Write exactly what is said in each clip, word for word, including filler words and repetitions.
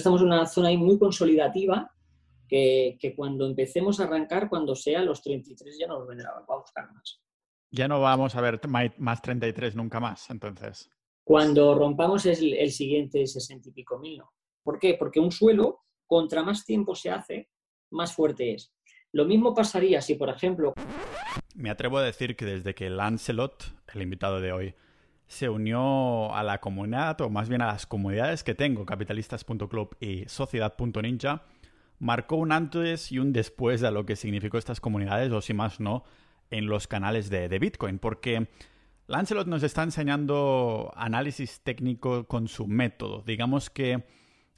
estamos en una zona ahí muy consolidativa que, que cuando empecemos a arrancar, cuando sea los treinta y tres ya nos vendrá a buscar más. Ya no vamos a ver más treinta y tres nunca más, entonces. Cuando rompamos el, el siguiente sesenta y pico mil, ¿no? ¿Por qué? Porque un suelo, contra más tiempo se hace, más fuerte es. Lo mismo pasaría si, por ejemplo... Me atrevo a decir que desde que Lancelot, el invitado de hoy, se unió a la comunidad, o más bien a las comunidades que tengo, capitalistas punto club y sociedad punto ninja, marcó un antes y un después de lo que significó estas comunidades, o si más no, en los canales de, de Bitcoin, porque Lancelot nos está enseñando análisis técnico con su método. Digamos que eh,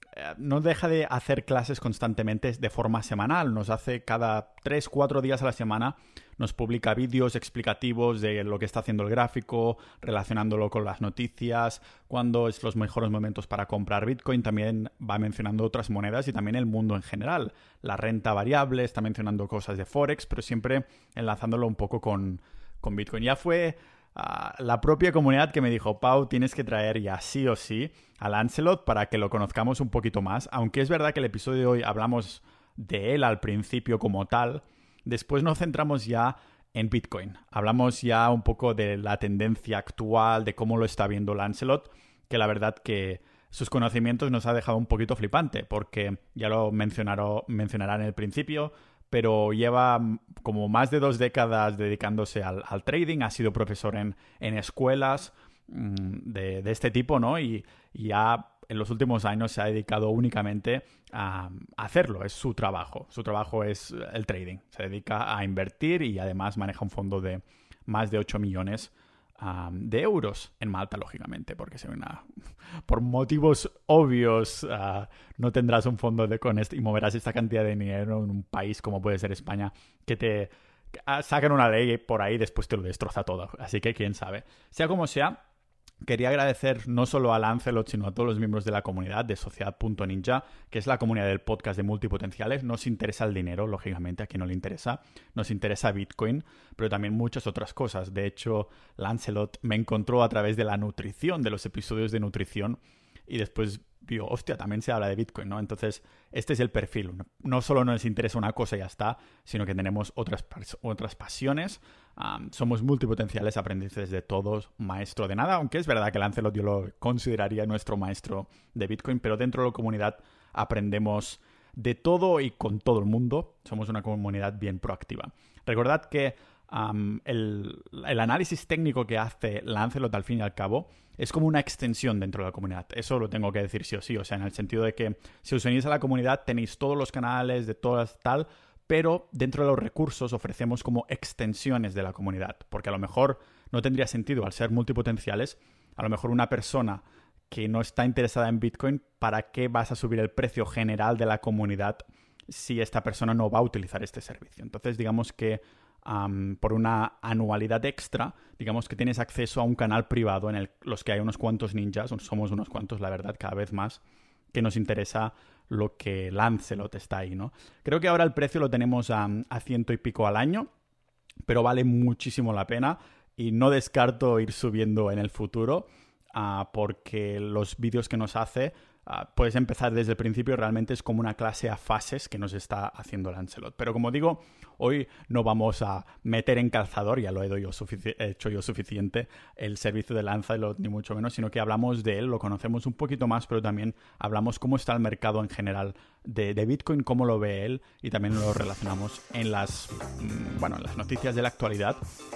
no deja de hacer clases constantemente de forma semanal. Nos hace cada tres, cuatro días a la semana, nos publica vídeos explicativos de lo que está haciendo el gráfico, relacionándolo con las noticias, cuándo es los mejores momentos para comprar Bitcoin. También va mencionando otras monedas y también el mundo en general. La renta variable, está mencionando cosas de Forex, pero siempre enlazándolo un poco con, con Bitcoin. Ya fue... Uh, la propia comunidad que me dijo, Pau, tienes que traer ya sí o sí a Lancelot para que lo conozcamos un poquito más, aunque es verdad que el episodio de hoy hablamos de él al principio como tal, después nos centramos ya en Bitcoin, hablamos ya un poco de la tendencia actual, de cómo lo está viendo Lancelot, que la verdad que sus conocimientos nos ha dejado un poquito flipante, porque ya lo mencionaron, mencionará en el principio, pero lleva como más de dos décadas dedicándose al, al trading, ha sido profesor en, en escuelas mmm, de, de este tipo, ¿no? Y, y ya en los últimos años se ha dedicado únicamente a, a hacerlo, es su trabajo. Su trabajo es el trading, se dedica a invertir y además maneja un fondo de más de ocho millones Um, de euros en Malta, lógicamente, porque si una, por motivos obvios uh, no tendrás un fondo de, con este, y moverás esta cantidad de dinero en un país como puede ser España, que te que, uh, sacan una ley por ahí y después te lo destroza todo. Así que quién sabe. Sea como sea, quería agradecer no solo a Lancelot, sino a todos los miembros de la comunidad de sociedad punto ninja, que es la comunidad del podcast de multipotenciales. Nos interesa el dinero, lógicamente, a quien no le interesa. Nos interesa Bitcoin, pero también muchas otras cosas. De hecho, Lancelot me encontró a través de la nutrición, de los episodios de nutrición, y después vio, hostia, también se habla de Bitcoin, ¿no? Entonces, este es el perfil. No solo nos interesa una cosa y ya está, sino que tenemos otras, otras pasiones. Um, somos multipotenciales aprendices de todos, maestro de nada, aunque es verdad que Lancelot yo lo consideraría nuestro maestro de Bitcoin, pero dentro de la comunidad aprendemos de todo y con todo el mundo. Somos una comunidad bien proactiva. Recordad que um, el, el análisis técnico que hace Lancelot al fin y al cabo es como una extensión dentro de la comunidad. Eso lo tengo que decir sí o sí, o sea, en el sentido de que si os unís a la comunidad tenéis todos los canales de todas tal, pero dentro de los recursos ofrecemos como extensiones de la comunidad, porque a lo mejor no tendría sentido, al ser multipotenciales, a lo mejor una persona que no está interesada en Bitcoin, ¿para qué vas a subir el precio general de la comunidad si esta persona no va a utilizar este servicio? Entonces, digamos que um, por una anualidad extra, digamos que tienes acceso a un canal privado en el, los que hay unos cuantos ninjas, somos unos cuantos, la verdad, cada vez más, que nos interesa lo que Lancelot está ahí, ¿no? Creo que ahora el precio lo tenemos a, a ciento y pico al año, pero vale muchísimo la pena y no descarto ir subiendo en el futuro uh, porque los vídeos que nos hace uh, puedes empezar desde el principio, realmente es como una clase a fases que nos está haciendo Lancelot. Pero como digo, hoy no vamos a meter en calzador, ya lo he, yo he hecho yo suficiente, el servicio de Lancelot, ni mucho menos, sino que hablamos de él, lo conocemos un poquito más, pero también hablamos cómo está el mercado en general de, de Bitcoin, cómo lo ve él, y también lo relacionamos en las, bueno, en las noticias de la actualidad,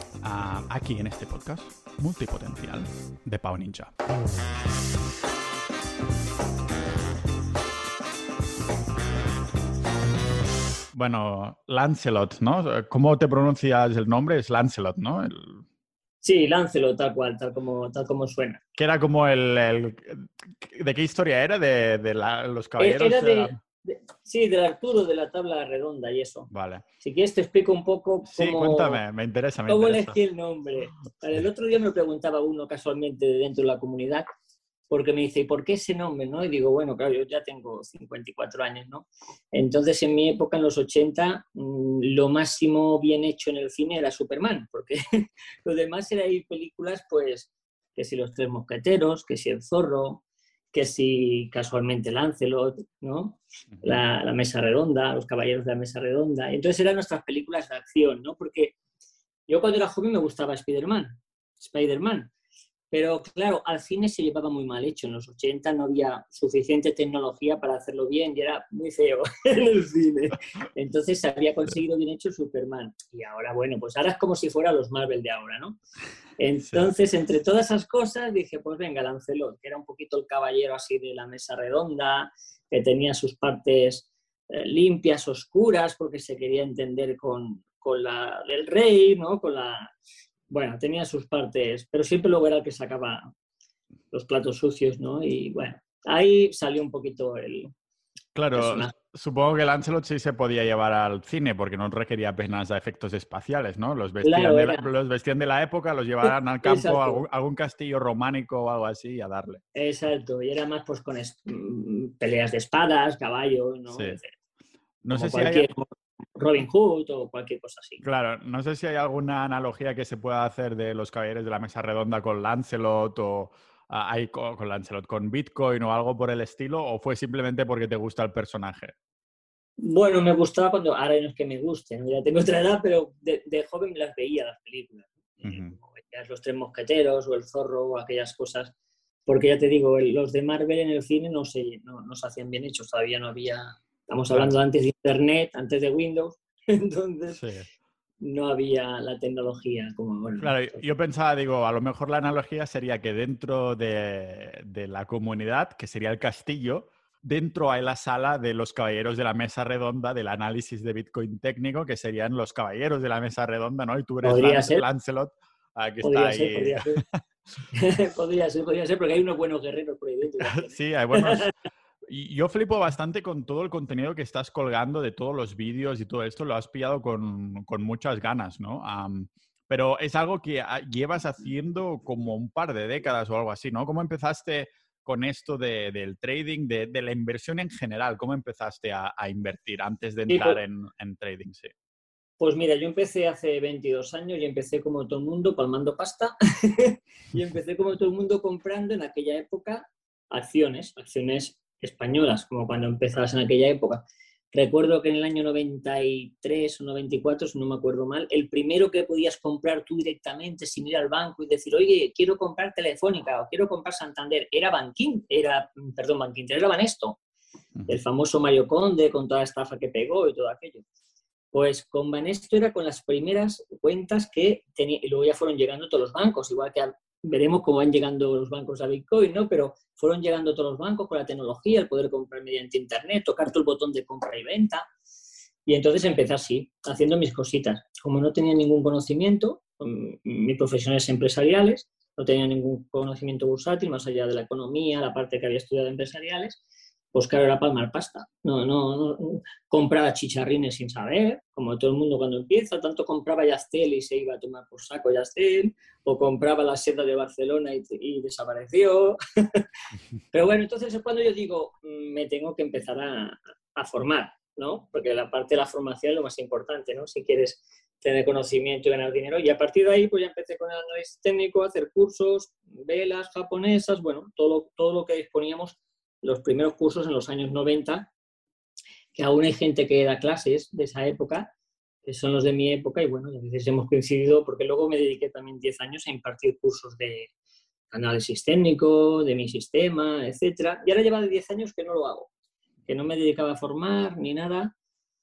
uh, aquí en este podcast multipotencial de Pau Ninja. Bueno, Lancelot, ¿no? ¿Cómo te pronuncias el nombre? Es Lancelot, ¿no? El... Sí, Lancelot, tal cual, tal como, tal como suena. Que era como el, el... ¿De qué historia era? ¿De, de la, los caballeros? Era de, de, sí, del Arturo, de la tabla redonda y eso. Vale. Si quieres te explico un poco cómo... Sí, cuéntame, me interesa, me ¿Cómo interesa. elegí el nombre? Vale, el otro día me preguntaba uno casualmente dentro de la comunidad, porque me dice, ¿y por qué ese nombre? ¿No? Y digo, bueno, claro, yo ya tengo cincuenta y cuatro años, ¿no? Entonces, en mi época, en los ochenta, lo máximo bien hecho en el cine era Superman, porque lo demás era ir películas, pues, que si Los Tres Mosqueteros, que si El Zorro, que si casualmente Lancelot, ¿no? La, la Mesa Redonda, Los Caballeros de la Mesa Redonda. Y entonces eran nuestras películas de acción, ¿no? Porque yo cuando era joven me gustaba Spider-Man, Spider-Man. Pero claro, al cine se llevaba muy mal hecho. En los ochenta no había suficiente tecnología para hacerlo bien y era muy feo en el cine. Entonces se había conseguido bien hecho Superman. Y ahora, bueno, pues ahora es como si fuera los Marvel de ahora, ¿no? Entonces, sí. Entre todas esas cosas dije, pues venga, Lancelot, que era un poquito el caballero así de la Mesa Redonda, que tenía sus partes eh, limpias, oscuras, porque se quería entender con, con la del rey, ¿no? Con la... Bueno, tenía sus partes, pero siempre luego era el que sacaba los platos sucios, ¿no? Y bueno, ahí salió un poquito el Claro, personaje. Supongo que Lancelot sí se podía llevar al cine porque no requería apenas efectos espaciales, ¿no? Los vestían, Claro, de, la, era... los vestían de la época, los llevaban al campo, a algún, Exacto. algún castillo románico o algo así y a darle. Exacto, y era más pues con es, peleas de espadas, caballos, ¿no? Sí. No Como sé si hay... cualquier Robin Hood o cualquier cosa así. Claro, no sé si hay alguna analogía que se pueda hacer de los Caballeros de la Mesa Redonda con Lancelot o uh, hay con, con Lancelot, con Bitcoin o algo por el estilo, o fue simplemente porque te gusta el personaje. Bueno, me gustaba cuando, ahora no es que me guste, ¿no? Ya tengo otra edad, pero de, de joven me las veía las películas, ¿no? Uh-huh. eh, como veías Los Tres Mosqueteros o El Zorro o aquellas cosas, porque ya te digo, el, los de Marvel en el cine no se, no, no se hacían bien hechos, todavía no había, estamos hablando claro. Antes de Internet, antes de Windows, entonces sí. No había la tecnología como bueno. Claro, entonces... yo pensaba, digo, a lo mejor la analogía sería que dentro de, de la comunidad, que sería el castillo, dentro hay la sala de los caballeros de la mesa redonda del análisis de Bitcoin técnico, que serían los caballeros de la mesa redonda, ¿no? Y tú eres ¿Podría Lan ser? Lancelot, uh, que podría está ser, ahí. Podría ser, podría ser, podría ser, porque hay unos buenos guerreros por ahí dentro. También, ¿eh? Sí, hay buenos... Y yo flipo bastante con todo el contenido que estás colgando de todos los vídeos y todo esto, lo has pillado con, con muchas ganas, ¿no? Um, pero es algo que llevas haciendo como un par de décadas o algo así, ¿no? ¿Cómo empezaste con esto de, del trading, de, de la inversión en general? ¿Cómo empezaste a, a invertir antes de entrar sí, pues, en, en trading? Sí. Pues mira, yo empecé hace veintidós años y empecé como todo el mundo palmando pasta y empecé como todo el mundo comprando en aquella época acciones, acciones españolas, como cuando empezabas en aquella época. Recuerdo que en el año noventa y tres o noventa y cuatro, si no me acuerdo mal, el primero que podías comprar tú directamente sin ir al banco y decir, oye, quiero comprar Telefónica o quiero comprar Santander, era Banquín, era, perdón, Banquinter, era Banesto, uh-huh. El famoso Mario Conde con toda la estafa que pegó y todo aquello. Pues con Banesto era con las primeras cuentas que tenía, y luego ya fueron llegando todos los bancos, igual que a, veremos cómo van llegando los bancos a Bitcoin, ¿no? Pero fueron llegando todos los bancos con la tecnología, el poder comprar mediante internet, tocar todo el botón de compra y venta. Y entonces empecé así, haciendo mis cositas. Como no tenía ningún conocimiento, mis profesiones empresariales, no tenía ningún conocimiento bursátil, más allá de la economía, la parte que había estudiado empresariales, pues claro, era palmar pasta. No, no, no, compraba chicharrines sin saber, como todo el mundo cuando empieza, tanto compraba Yastel y se iba a tomar por saco Yastel, o compraba la seda de Barcelona y, y desapareció. Pero bueno, entonces es cuando yo digo, me tengo que empezar a, a formar, ¿no? Porque la parte de la formación es lo más importante, ¿no? Si quieres tener conocimiento y ganar dinero. Y a partir de ahí, pues ya empecé con el análisis técnico, a hacer cursos, velas japonesas, bueno, todo lo, todo lo que disponíamos, los primeros cursos en los años noventa, que aún hay gente que da clases de esa época, que son los de mi época, y bueno, a veces hemos coincidido, porque luego me dediqué también diez años a impartir cursos de análisis técnico, de mi sistema, etcétera. Y ahora lleva de diez años que no lo hago, que no me dedicaba a formar ni nada,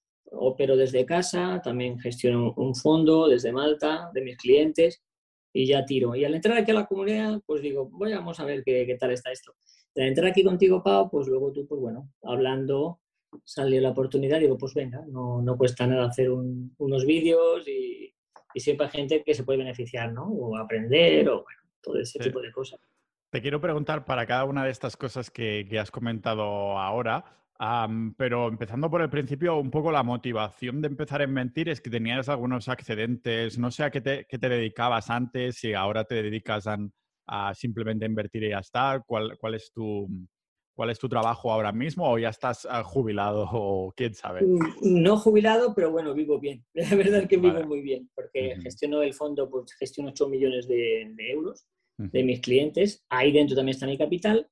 opero desde casa, también gestiono un fondo desde Malta, de mis clientes, y ya tiro. Y al entrar aquí a la comunidad, pues digo, bueno, vamos a ver qué, qué tal está esto. De entrar aquí contigo, Pau, pues luego tú, pues bueno, hablando, salió la oportunidad, digo, pues venga, no, no cuesta nada hacer un, unos vídeos y, y siempre hay gente que se puede beneficiar, ¿no? O aprender, o bueno, todo ese sí. tipo de cosas. Te quiero preguntar para cada una de estas cosas que, que has comentado ahora, um, pero empezando por el principio, un poco la motivación de empezar a invertir es que tenías algunos excedentes, no sé a qué te, qué te dedicabas antes y ahora te dedicas a, a simplemente invertir y ya está. ¿Cuál, cuál es tu, cuál es tu trabajo ahora mismo o ya estás uh, jubilado o quién sabe? No jubilado, pero bueno, vivo bien. La verdad es que vivo vale. muy bien porque uh-huh. gestiono el fondo, pues gestiono ocho millones de, de euros uh-huh. de mis clientes. Ahí dentro también está mi capital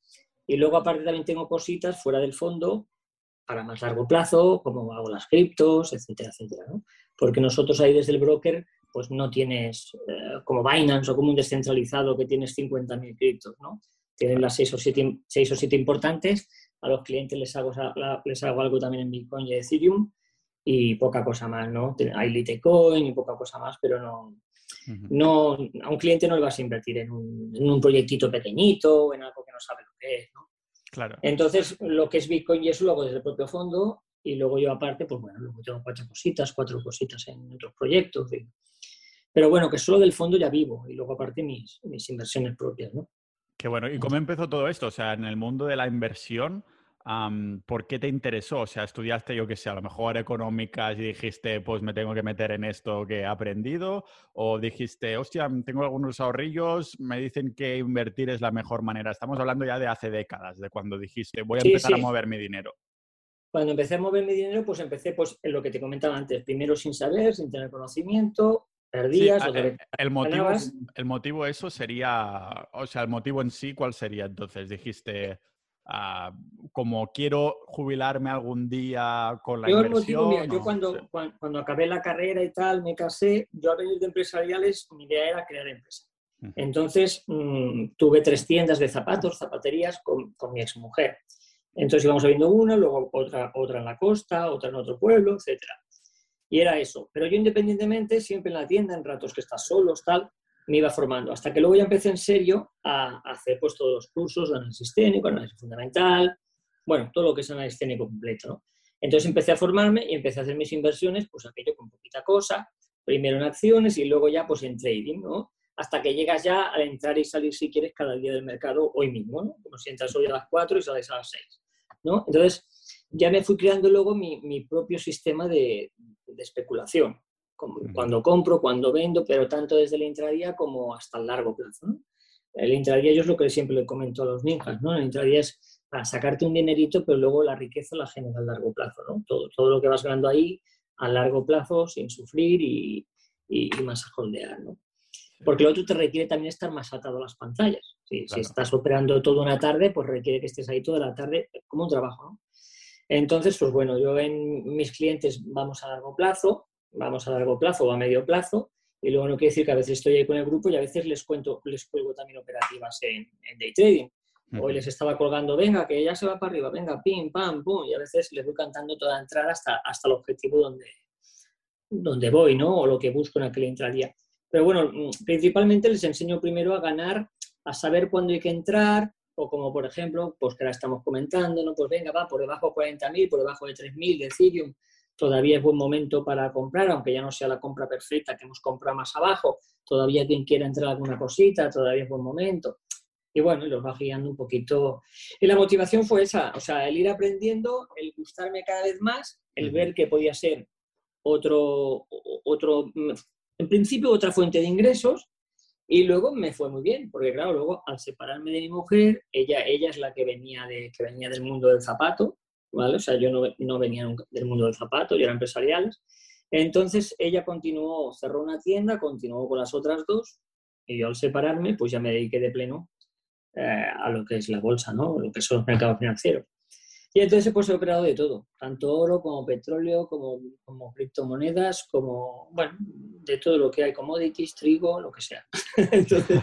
Y luego aparte también tengo cositas fuera del fondo para más largo plazo, como hago las criptos, etcétera, etcétera, ¿no? Porque nosotros ahí desde el broker pues no tienes eh, como Binance o como un descentralizado que tienes cincuenta mil criptos, ¿no? Tienen las seis o siete, seis o siete importantes, a los clientes les hago, les hago algo también en Bitcoin y Ethereum y poca cosa más, ¿no? Hay Litecoin y poca cosa más, pero no, uh-huh. no a un cliente no le vas a invertir en un, en un proyectito pequeñito o en algo que no sabe lo que es, ¿no? Claro. Entonces, lo que es Bitcoin y eso lo hago desde el propio fondo y luego yo aparte, pues bueno, luego tengo cuatro cositas, cuatro cositas en otros proyectos. ¿Sí? Pero bueno, que solo del fondo ya vivo y luego aparte mis, mis inversiones propias, ¿no? Qué bueno. ¿Y cómo empezó todo esto? O sea, en el mundo de la inversión, um, ¿por qué te interesó? O sea, estudiaste, yo qué sé, a lo mejor económicas y dijiste, pues me tengo que meter en esto que he aprendido, o dijiste, hostia, tengo algunos ahorrillos, me dicen que invertir es la mejor manera. Estamos hablando ya de hace décadas, de cuando dijiste, voy a sí, empezar sí. a mover mi dinero. Cuando empecé a mover mi dinero, pues empecé pues, en lo que te comentaba antes, primero sin saber, sin tener conocimiento, perdías, sí, otra vez el motivo, ganabas. el motivo eso sería, o sea, el motivo en sí, ¿cuál sería entonces? Dijiste, uh, como quiero jubilarme algún día con la Yo el inversión. motivo, mira, yo ¿o? cuando, Sí. cuando, cuando acabé la carrera y tal, me casé, yo al venir de empresariales, mi idea era crear empresa. Uh-huh. Entonces, mmm, tuve tres tiendas de zapatos, zapaterías, con, con mi exmujer. Entonces íbamos abriendo una, luego otra, otra en la costa, otra en otro pueblo, etcétera. Y era eso. Pero yo independientemente, siempre en la tienda, en ratos que estás solos, tal, me iba formando. Hasta que luego ya empecé en serio a hacer pues todos los cursos de análisis técnico, análisis fundamental, bueno, todo lo que es análisis técnico completo, ¿no? Entonces empecé a formarme y empecé a hacer mis inversiones, pues aquello con poquita cosa, primero en acciones y luego ya pues en trading, ¿no? Hasta que llegas ya a entrar y salir si quieres cada día del mercado hoy mismo, ¿no? Como si entras hoy a las cuatro y sales a las seis, ¿no? Entonces ya me fui creando luego mi, mi propio sistema de, de especulación, como uh-huh. cuando compro, cuando vendo, pero tanto desde el intradía como hasta el largo plazo, ¿no? El intradía yo es lo que siempre le comento a los ninjas, ¿no? El intradía es para sacarte un dinerito, pero luego la riqueza la genera a largo plazo, ¿no? Todo, todo lo que vas ganando ahí a largo plazo, sin sufrir y, y, y más a holdear, ¿no? Porque lo otro te requiere también estar más atado a las pantallas. ¿Sí? Claro. Si estás operando toda una tarde, pues requiere que estés ahí toda la tarde como un trabajo, ¿no? Entonces, pues bueno, yo en mis clientes vamos a largo plazo, vamos a largo plazo o a medio plazo, y luego no quiere decir que a veces estoy ahí con el grupo y a veces les cuento, les cuelgo también operativas en, en day trading. Uh-huh. Hoy les estaba colgando, venga, que ya se va para arriba, venga, pim, pam, pum, y a veces les voy cantando toda la entrada hasta, hasta el objetivo donde, donde voy, ¿no? O lo que busco en aquel intradía. Pero bueno, principalmente les enseño primero a ganar, a saber cuándo hay que entrar, o como por ejemplo, pues que ahora estamos comentando, ¿no? Pues venga, va, por debajo de cuarenta mil, por debajo de tres mil de Ethereum, todavía es buen momento para comprar, aunque ya no sea la compra perfecta que hemos comprado más abajo, todavía quien quiera entrar alguna cosita, todavía es buen momento. Y bueno, y los va guiando un poquito. Y la motivación fue esa, o sea, el ir aprendiendo, el gustarme cada vez más, el uh-huh. ver que podía ser otro, otro, en principio otra fuente de ingresos, y luego me fue muy bien, porque claro, luego al separarme de mi mujer, ella, ella es la que venía, de, que venía del mundo del zapato, ¿vale? O sea, yo no, no venía del mundo del zapato, yo era empresarial. Entonces ella continuó, cerró una tienda, continuó con las otras dos, y yo al separarme, pues ya me dediqué de pleno eh, a lo que es la bolsa, ¿no? Lo que son los mercados financieros. Y entonces pues he operado de todo, tanto oro como petróleo, como, como criptomonedas, como, bueno, de todo lo que hay, commodities, trigo, lo que sea. Entonces,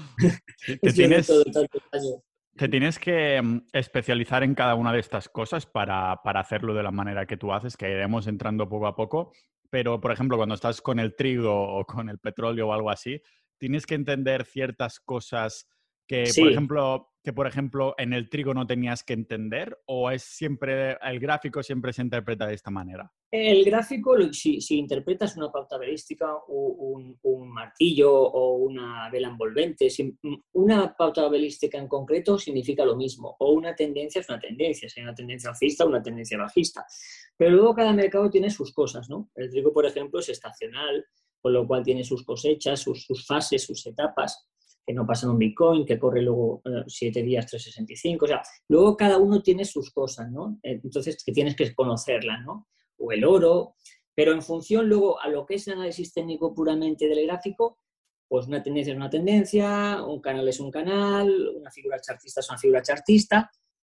sí, te, tienes, de todo, tanto te tienes que um, especializar en cada una de estas cosas para, para hacerlo de la manera que tú haces, que iremos entrando poco a poco. Pero, por ejemplo, cuando estás con el trigo o con el petróleo o algo así, tienes que entender ciertas cosas que, sí. por ejemplo, que, por ejemplo, en el trigo no tenías que entender, o es siempre, el gráfico siempre se interpreta de esta manera. El gráfico, si, si interpretas una pauta balística, un, un martillo o una vela envolvente, si, una pauta balística en concreto significa lo mismo, o una tendencia es una tendencia, sea una tendencia alcista o una tendencia bajista. Pero luego cada mercado tiene sus cosas, ¿no? El trigo, por ejemplo, es estacional, con lo cual tiene sus cosechas, sus, sus fases, sus etapas, que no pasan un Bitcoin, que corre luego eh, siete días, trescientos sesenta y cinco, o sea, luego cada uno tiene sus cosas, ¿no? Entonces, que tienes que conocerlas, ¿no? O el oro, pero en función luego a lo que es el análisis técnico puramente del gráfico, pues una tendencia es una tendencia, un canal es un canal, una figura chartista es una figura chartista,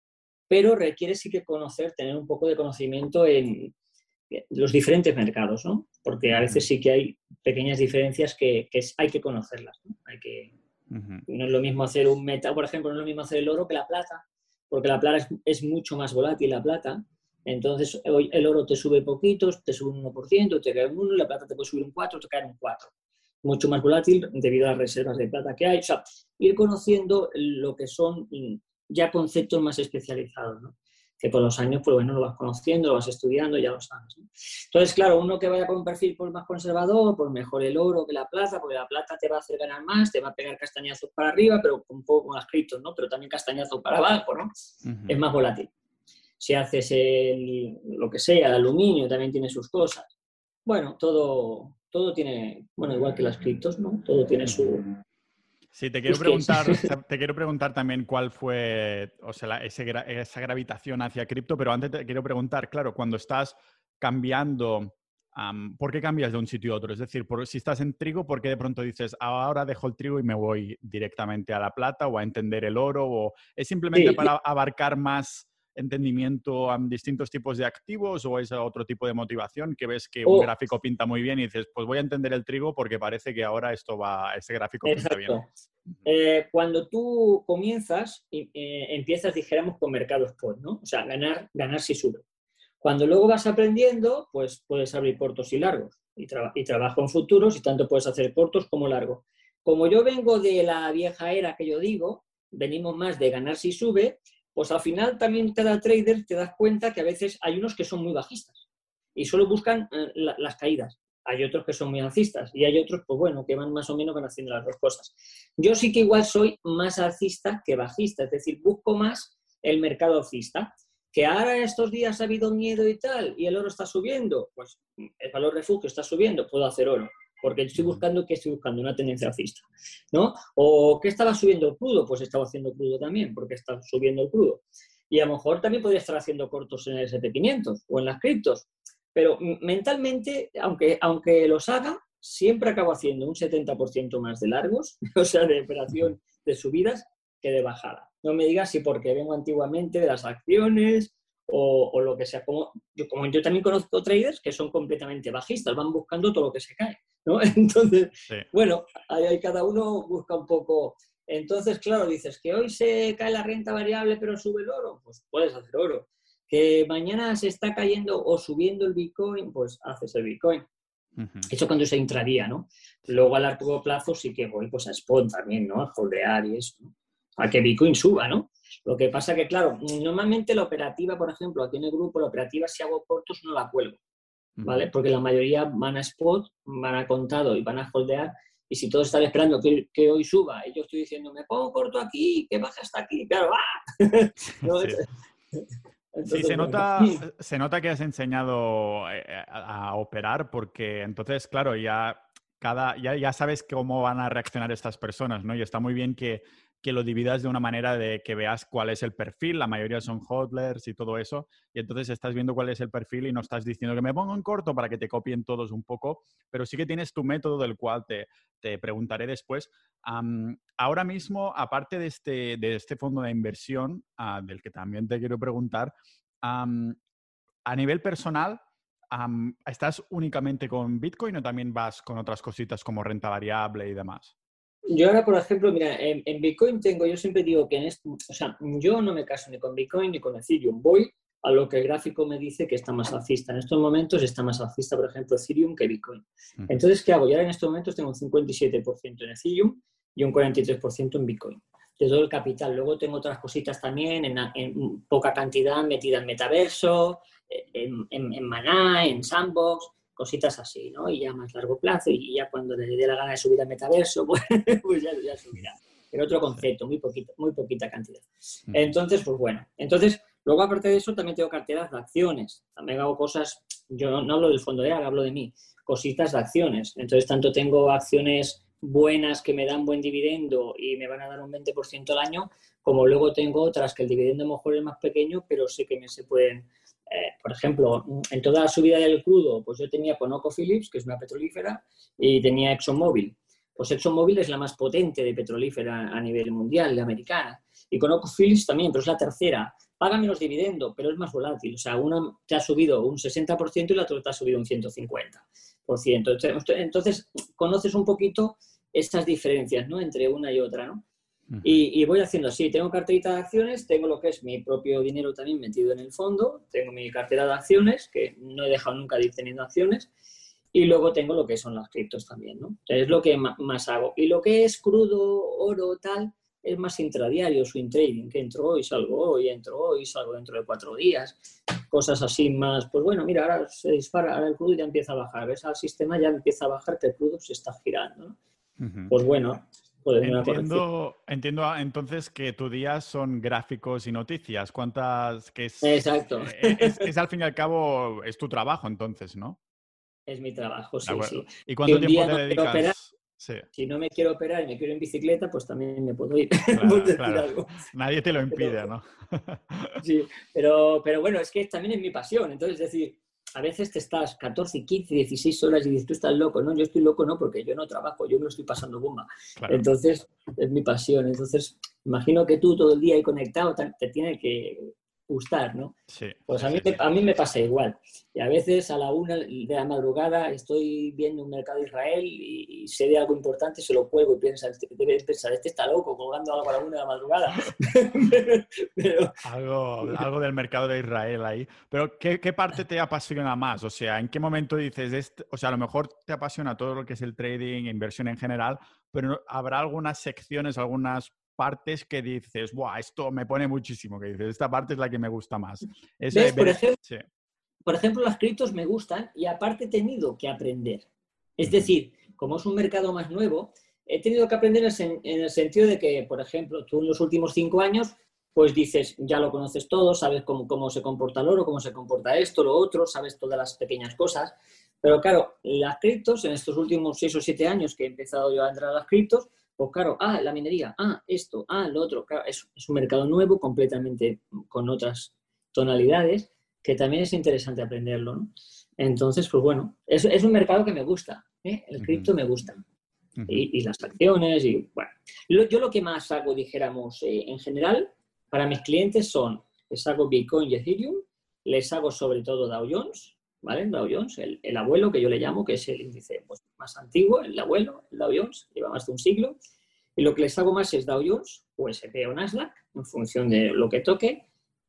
pero requiere sí que conocer, tener un poco de conocimiento en los diferentes mercados, ¿no? Porque a veces sí que hay pequeñas diferencias que, que hay que conocerlas, ¿no? Hay que, uh-huh. No es lo mismo hacer un metal, por ejemplo, no es lo mismo hacer el oro que la plata, porque la plata es, es mucho más volátil, la plata. Entonces, hoy el oro te sube poquito, te sube un uno por ciento, te cae un uno, la plata te puede subir un cuatro, te cae un cuatro. Mucho más volátil debido a las reservas de plata que hay. O sea, ir conociendo lo que son ya conceptos más especializados, ¿no? Que con los años, pues bueno, lo vas conociendo, lo vas estudiando, ya lo sabes, ¿no? Entonces, claro, uno que vaya con un perfil pues, más conservador, pues mejor el oro que la plata, porque la plata te va a hacer ganar más, te va a pegar castañazos para arriba, pero un poco con las criptos, ¿no? Pero también castañazos para abajo, ¿no? Uh-huh. Es más volátil. Si haces el, lo que sea, el aluminio, también tiene sus cosas. Bueno, todo, todo tiene, bueno, igual que las criptos, ¿no? Todo tiene su... Sí, te quiero preguntar, te quiero preguntar también cuál fue, o sea, la, ese, esa gravitación hacia cripto, pero antes te quiero preguntar, claro, cuando estás cambiando, um, ¿por qué cambias de un sitio a otro? Es decir, por, si estás en trigo, ¿por qué de pronto dices, ahora dejo el trigo y me voy directamente a la plata o a entender el oro? ¿O es simplemente sí. para abarcar más entendimiento a distintos tipos de activos o es otro tipo de motivación que ves que un oh. gráfico pinta muy bien y dices, pues voy a entender el trigo porque parece que ahora esto va, ese gráfico Exacto. pinta bien? Eh, cuando tú comienzas, eh, empiezas, dijéramos, con mercado spot, ¿no? O sea, ganar, ganar si sube. Cuando luego vas aprendiendo, pues puedes abrir cortos y largos. Y, tra- y trabajo en futuros y tanto puedes hacer cortos como largos. Como yo vengo de la vieja era que yo digo, venimos más de ganar si sube, pues al final también cada trader te das cuenta que a veces hay unos que son muy bajistas y solo buscan eh, la, las caídas. Hay otros que son muy alcistas y hay otros, pues bueno, que van más o menos van haciendo las dos cosas. Yo sí que igual soy más alcista que bajista, es decir, busco más el mercado alcista. Que ahora estos días ha habido miedo y tal y el oro está subiendo, pues el valor refugio está subiendo, puedo hacer oro. Porque estoy buscando, ¿qué estoy buscando? Una tendencia alcista, ¿no? O ¿qué estaba subiendo el crudo? Pues estaba haciendo crudo también, porque está subiendo el crudo. Y a lo mejor también podría estar haciendo cortos en el ese and pe quinientos o en las criptos. Pero mentalmente, aunque, aunque los haga, siempre acabo haciendo un setenta por ciento más de largos, o sea, de operación de subidas, que de bajada. No me digas si porque vengo antiguamente de las acciones o, o lo que sea. Como yo, como yo también conozco traders que son completamente bajistas, van buscando todo lo que se cae, ¿no? Entonces, sí. Bueno, ahí, ahí cada uno busca un poco. Entonces, claro, dices que hoy se cae la renta variable pero sube el oro, pues puedes hacer oro. Que mañana se está cayendo o subiendo el Bitcoin, pues haces el Bitcoin. Uh-huh. Eso cuando se intradía, ¿no? Luego a largo plazo sí que voy pues a spot también, ¿no? A holdear y eso, ¿no? A que Bitcoin suba, ¿no? Lo que pasa que, claro, normalmente la operativa, por ejemplo, aquí en el grupo, la operativa si hago cortos no la cuelgo, ¿vale? Porque la mayoría van a spot, van a contado y van a holdear, y si todos están esperando que, que hoy suba, y yo estoy diciendo, me pongo corto aquí, que baja hasta aquí, claro, ¡ah! ¿No? Sí. Entonces, sí, se, bueno. nota, se nota que has enseñado a, a operar porque entonces, claro, ya, cada, ya, ya sabes cómo van a reaccionar estas personas, ¿no? Y está muy bien que, que lo dividas de una manera de que veas cuál es el perfil, la mayoría son hodlers y todo eso, y entonces estás viendo cuál es el perfil y no estás diciendo que me pongo en corto para que te copien todos un poco, pero sí que tienes tu método del cual te, te preguntaré después. Um, ahora mismo, aparte de este, de este fondo de inversión, uh, del que también te quiero preguntar, um, a nivel personal, um, ¿estás únicamente con Bitcoin o también vas con otras cositas como renta variable y demás? Yo ahora, por ejemplo, mira, en, en Bitcoin tengo, yo siempre digo que en esto, o sea, yo no me caso ni con Bitcoin ni con Ethereum, voy a lo que el gráfico me dice que está más alcista. En estos momentos está más alcista, por ejemplo, Ethereum que Bitcoin. Uh-huh. Entonces, ¿qué hago? Yo ahora en estos momentos tengo un cincuenta y siete por ciento en Ethereum y un cuarenta y tres por ciento en Bitcoin. De todo el capital. Luego tengo otras cositas también en, en poca cantidad metida en Metaverso, en, en, en Maná, en Sandbox, cositas así, ¿no? Y ya más largo plazo y ya cuando le dé la gana de subir al Metaverso, pues, pues ya, ya subirá. Pero otro concepto, muy poquito, muy poquita cantidad. Entonces, pues bueno. Entonces, luego aparte de eso también tengo carteras de acciones. También hago cosas, yo no, no hablo del fondo de A, hablo de mí, cositas de acciones. Entonces, tanto tengo acciones buenas que me dan buen dividendo y me van a dar un veinte por ciento al año, como luego tengo otras que el dividendo a lo mejor es más pequeño, pero sé que me se pueden... Eh, por ejemplo, en toda la subida del crudo, pues yo tenía ConocoPhillips, que es una petrolífera, y tenía ExxonMobil. Pues ExxonMobil es la más potente de petrolífera a nivel mundial, la americana. Y ConocoPhillips también, pero es la tercera. Paga menos dividendo, pero es más volátil. O sea, una te ha subido un sesenta por ciento y la otra te ha subido un ciento cincuenta por ciento. Entonces, conoces un poquito estas diferencias, ¿no? Entre una y otra, ¿no? Uh-huh. Y, y voy haciendo así. Tengo carterita de acciones, tengo lo que es mi propio dinero también metido en el fondo, tengo mi cartera de acciones, que no he dejado nunca de ir teniendo acciones, y luego tengo lo que son las criptos también, ¿no? O sea, es lo que más hago. Y lo que es crudo, oro, tal, es más intradiario, swing trading, que entro hoy, salgo hoy, entro hoy, salgo dentro de cuatro días, cosas así más, pues bueno, mira, ahora se dispara, ahora el crudo ya empieza a bajar, ves, al sistema ya empieza a bajar, que el crudo se está girando, ¿no? Uh-huh. Pues bueno, pues entiendo, entiendo entonces que tus días son gráficos y noticias, ¿cuántas? Que es, Exacto. Es, es, es al fin y al cabo, es tu trabajo entonces, ¿no? Es mi trabajo, sí, sí. ¿Y cuánto si tiempo te no dedicas? Operar, sí. Si no me quiero operar y me quiero ir en bicicleta, pues también me puedo ir. Claro, claro. Algo. Nadie te lo impide, pero, ¿no? sí, pero, pero bueno, es que también es mi pasión. Entonces, es decir, a veces te estás catorce, quince, dieciséis horas y dices, tú estás loco. No, yo estoy loco, no, porque yo no trabajo, yo me lo estoy pasando bomba. Claro. Entonces, es mi pasión. Entonces, imagino que tú todo el día ahí conectado te tiene que gustar, ¿no? Sí. Pues sí, a mí, sí, sí. a mí me pasa igual. Y a veces a la una de la madrugada estoy viendo un mercado de Israel y, y sé de algo importante, se lo cuelgo y piensas, debes pensar, este está loco colgando algo a la una de la madrugada. Pero... algo, algo del mercado de Israel ahí. Pero ¿qué, ¿qué parte te apasiona más? O sea, ¿en qué momento dices, este, o sea, a lo mejor te apasiona todo lo que es el trading, inversión en general, pero habrá algunas secciones, algunas partes que dices, ¡buah! Esto me pone muchísimo, que dices, esta parte es la que me gusta más. Eso ¿Ves? Por, ejemplo, sí. por ejemplo, las criptos me gustan y aparte he tenido que aprender. Es uh-huh. decir, como es un mercado más nuevo, he tenido que aprender en el sentido de que, por ejemplo, tú en los últimos cinco años, pues dices, ya lo conoces todo, sabes cómo, cómo se comporta el oro, cómo se comporta esto, lo otro, sabes todas las pequeñas cosas. Pero claro, las criptos, en estos últimos seis o siete años que he empezado yo a entrar a las criptos, pues claro, ah, la minería, ah, esto, ah, lo otro. Claro, es, es un mercado nuevo, completamente con otras tonalidades, que también es interesante aprenderlo, ¿no? Entonces, pues bueno, es, es un mercado que me gusta, ¿eh? El cripto uh-huh. me gusta. Uh-huh. Y, y las acciones, y bueno. Yo, yo lo que más hago, dijéramos, eh, en general, para mis clientes son, les hago Bitcoin y Ethereum, les hago sobre todo Dow Jones, ¿vale? Dow Jones, el, el abuelo que yo le llamo, que es el índice pues, más antiguo, el abuelo, el Dow Jones, lleva más de un siglo. Y lo que les hago más es Dow Jones, U S P o Nasdaq, en función de lo que toque,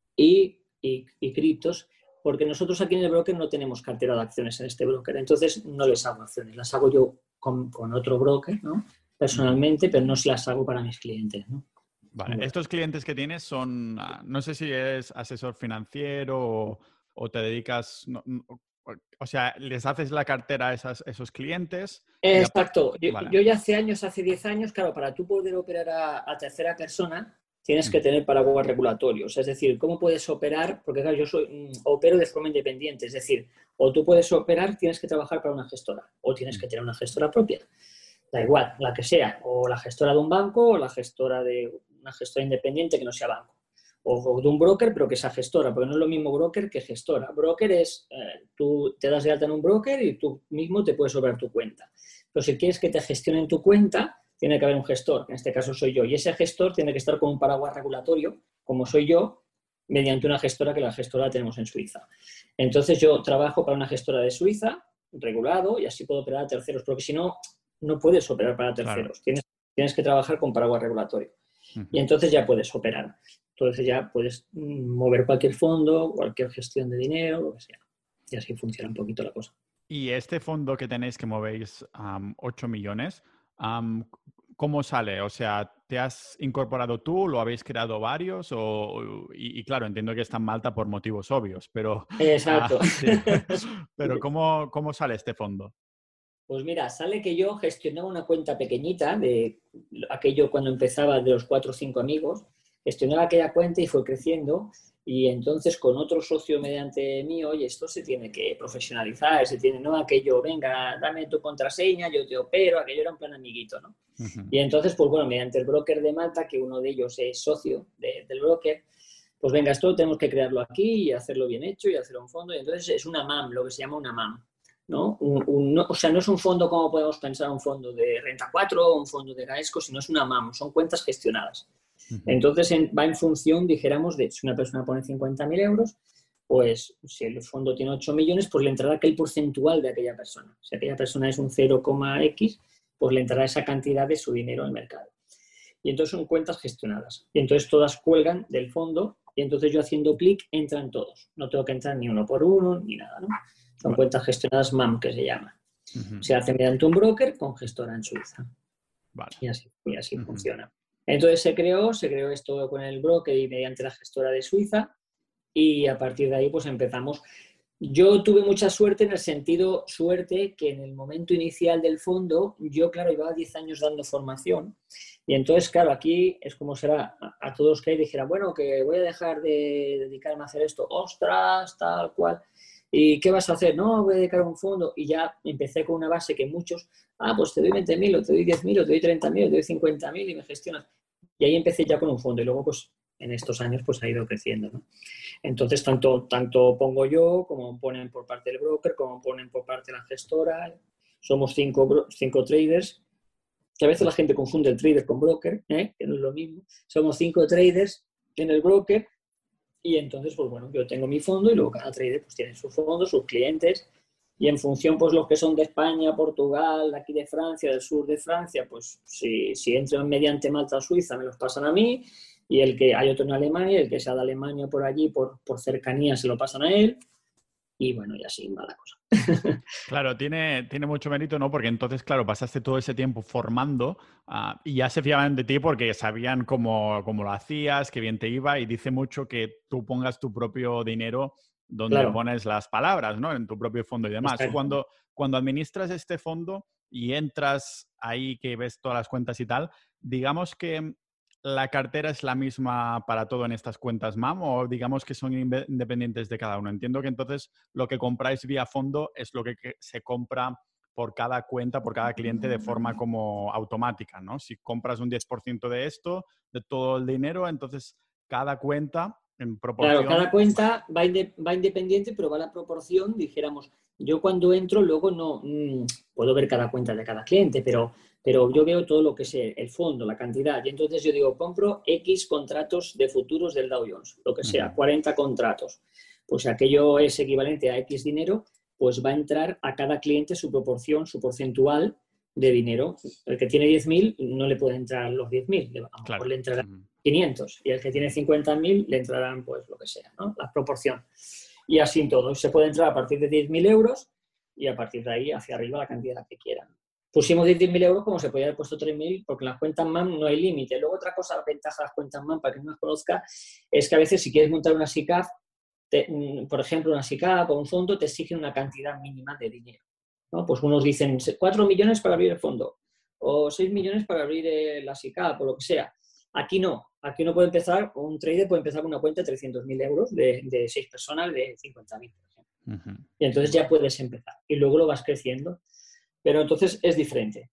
y, y, y criptos, porque nosotros aquí en el broker no tenemos cartera de acciones en este broker, entonces no les hago acciones, las hago yo con, con otro broker, ¿no? Personalmente, pero no se las hago para mis clientes, ¿no? Vale, bueno. Estos clientes que tienes son, no sé si eres asesor financiero o, o te dedicas, no, no, o sea, les haces la cartera a esas, esos clientes. Exacto, yo, vale. yo ya hace años, hace diez años, claro, para tú poder operar a, a tercera persona, tienes que tener paraguas regulatorios, es decir, ¿cómo puedes operar? Porque claro, yo soy, mm, opero de forma independiente, es decir, o tú puedes operar, tienes que trabajar para una gestora, o tienes que tener una gestora propia, da igual, la que sea, o la gestora de un banco, o la gestora de una gestora independiente que no sea banco, o de un broker, pero que sea gestora, porque no es lo mismo broker que gestora. Broker es, eh, tú te das de alta en un broker y tú mismo te puedes operar tu cuenta, pero si quieres que te gestionen tu cuenta, tiene que haber un gestor, en este caso soy yo, y ese gestor tiene que estar con un paraguas regulatorio, como soy yo, mediante una gestora que la gestora la tenemos en Suiza. Entonces yo trabajo para una gestora de Suiza, regulado, y así puedo operar a terceros, porque si no, no puedes operar para terceros, claro. tienes, tienes que trabajar con paraguas regulatorio. Uh-huh. Y entonces ya puedes operar. Entonces ya puedes mover cualquier fondo, cualquier gestión de dinero, lo que sea. Y así funciona un poquito la cosa. Y este fondo que tenéis que movéis um, ocho millones, um, ¿cómo sale? O sea, ¿te has incorporado tú? ¿Lo habéis creado varios? O, y, y claro, entiendo que está en Malta por motivos obvios, pero... Exacto. Uh, sí. Pero ¿cómo, ¿cómo sale este fondo? Pues mira, sale que yo gestionaba una cuenta pequeñita de aquello cuando empezaba de los cuatro o cinco amigos, gestionaba aquella cuenta y fue creciendo y entonces con otro socio mediante mí, oye, esto se tiene que profesionalizar, se tiene, no aquello, venga, dame tu contraseña, yo te opero, aquello era un plan amiguito, ¿no? Uh-huh. Y entonces, pues bueno, mediante el broker de Malta, que uno de ellos es socio de, del broker, pues venga, esto tenemos que crearlo aquí y hacerlo bien hecho y hacerlo en fondo, y entonces es una M A M, lo que se llama una M A M. ¿no? Un, un, no, o sea, no es un fondo como podemos pensar, un fondo de Renta cuatro o un fondo de Gaesco, sino es una M A M, son cuentas gestionadas. Uh-huh. Entonces en, va en función, dijéramos, de si una persona pone cincuenta mil euros, pues si el fondo tiene ocho millones, pues le entrará aquel porcentual de aquella persona. Si aquella persona es un cero, X, pues le entrará esa cantidad de su dinero al mercado. Y entonces son cuentas gestionadas. Y entonces todas cuelgan del fondo y entonces yo haciendo clic entran todos. No tengo que entrar ni uno por uno ni nada, ¿no? Son vale. Cuentas gestionadas M A M, que se llama. Uh-huh. Se hace mediante un broker con gestora en Suiza. Vale. Y así, y así uh-huh. funciona. Entonces se creó, se creó esto con el broker y mediante la gestora de Suiza y a partir de ahí pues empezamos. Yo tuve mucha suerte en el sentido, suerte, que en el momento inicial del fondo, yo, claro, llevaba diez años dando formación y entonces, claro, aquí es como será a, a todos que dijeran, bueno, que voy a dejar de dedicarme a hacer esto, ostras, tal cual, ¿y qué vas a hacer? No, voy a dedicar a un fondo y ya empecé con una base que muchos, ah, pues te doy veinte mil o te doy diez mil o te doy treinta mil o te doy cincuenta mil y me gestionas. Y ahí empecé ya con un fondo y luego, pues, en estos años, pues ha ido creciendo, ¿no? Entonces, tanto, tanto pongo yo, como ponen por parte del broker, como ponen por parte de la gestora. Somos cinco, cinco traders, que a veces la gente confunde el trader con broker, ¿eh? Que no es lo mismo. Somos cinco traders en el broker y entonces, pues bueno, yo tengo mi fondo y luego cada trader pues tiene su fondo, sus clientes y en función, pues los que son de España, Portugal, de aquí de Francia, del sur de Francia, pues si, si entran mediante Malta o Suiza me los pasan a mí. Y el que hay otro en Alemania, el que sea de Alemania por allí, por, por cercanía, se lo pasan a él. Y bueno, y así va la cosa. Claro, tiene, tiene mucho mérito, ¿no? Porque entonces, claro, pasaste todo ese tiempo formando uh, y ya se fiaban de ti porque sabían cómo, cómo lo hacías, qué bien te iba y dice mucho que tú pongas tu propio dinero donde claro. pones las palabras, ¿no? En tu propio fondo y demás. Cuando, cuando administras este fondo y entras ahí que ves todas las cuentas y tal, digamos que ¿la cartera es la misma para todo en estas cuentas M A M o digamos que son independientes de cada uno? Entiendo que entonces lo que compráis vía fondo es lo que se compra por cada cuenta, por cada cliente de forma como automática, ¿no? Si compras un diez por ciento de esto, de todo el dinero, entonces cada cuenta en proporción... Claro, cada cuenta va, inde va independiente, pero va a la proporción, dijéramos, yo cuando entro luego no mmm, puedo ver cada cuenta de cada cliente, pero... pero yo veo todo lo que es el fondo, la cantidad, y entonces yo digo, compro X contratos de futuros del Dow Jones, lo que sea, uh-huh. cuarenta contratos. Pues aquello es equivalente a X dinero, pues va a entrar a cada cliente su proporción, su porcentual de dinero. El que tiene diez mil no le pueden entrar los diez mil, a lo mejor claro. le entrarán uh-huh. quinientos, y el que tiene cincuenta mil le entrarán pues lo que sea, ¿no? La proporción. Y así en todo. Se puede entrar a partir de diez mil euros y a partir de ahí hacia arriba la cantidad que quieran. Pusimos diez mil euros como se podía haber puesto tres mil porque en las cuentas M A M no hay límite. Luego otra cosa, la ventaja de las cuentas M A M, para quien no las conozca, es que a veces si quieres montar una SICAV, te, por ejemplo una SICAV o un fondo, te exigen una cantidad mínima de dinero, ¿no? Pues unos dicen cuatro millones para abrir el fondo o seis millones para abrir la SICAV o lo que sea. Aquí no. Aquí uno puede empezar, un trader puede empezar con una cuenta de trescientos mil euros de, de seis personas de cincuenta mil, por ejemplo. Uh-huh. Y entonces ya puedes empezar. Y luego lo vas creciendo. Pero entonces es diferente.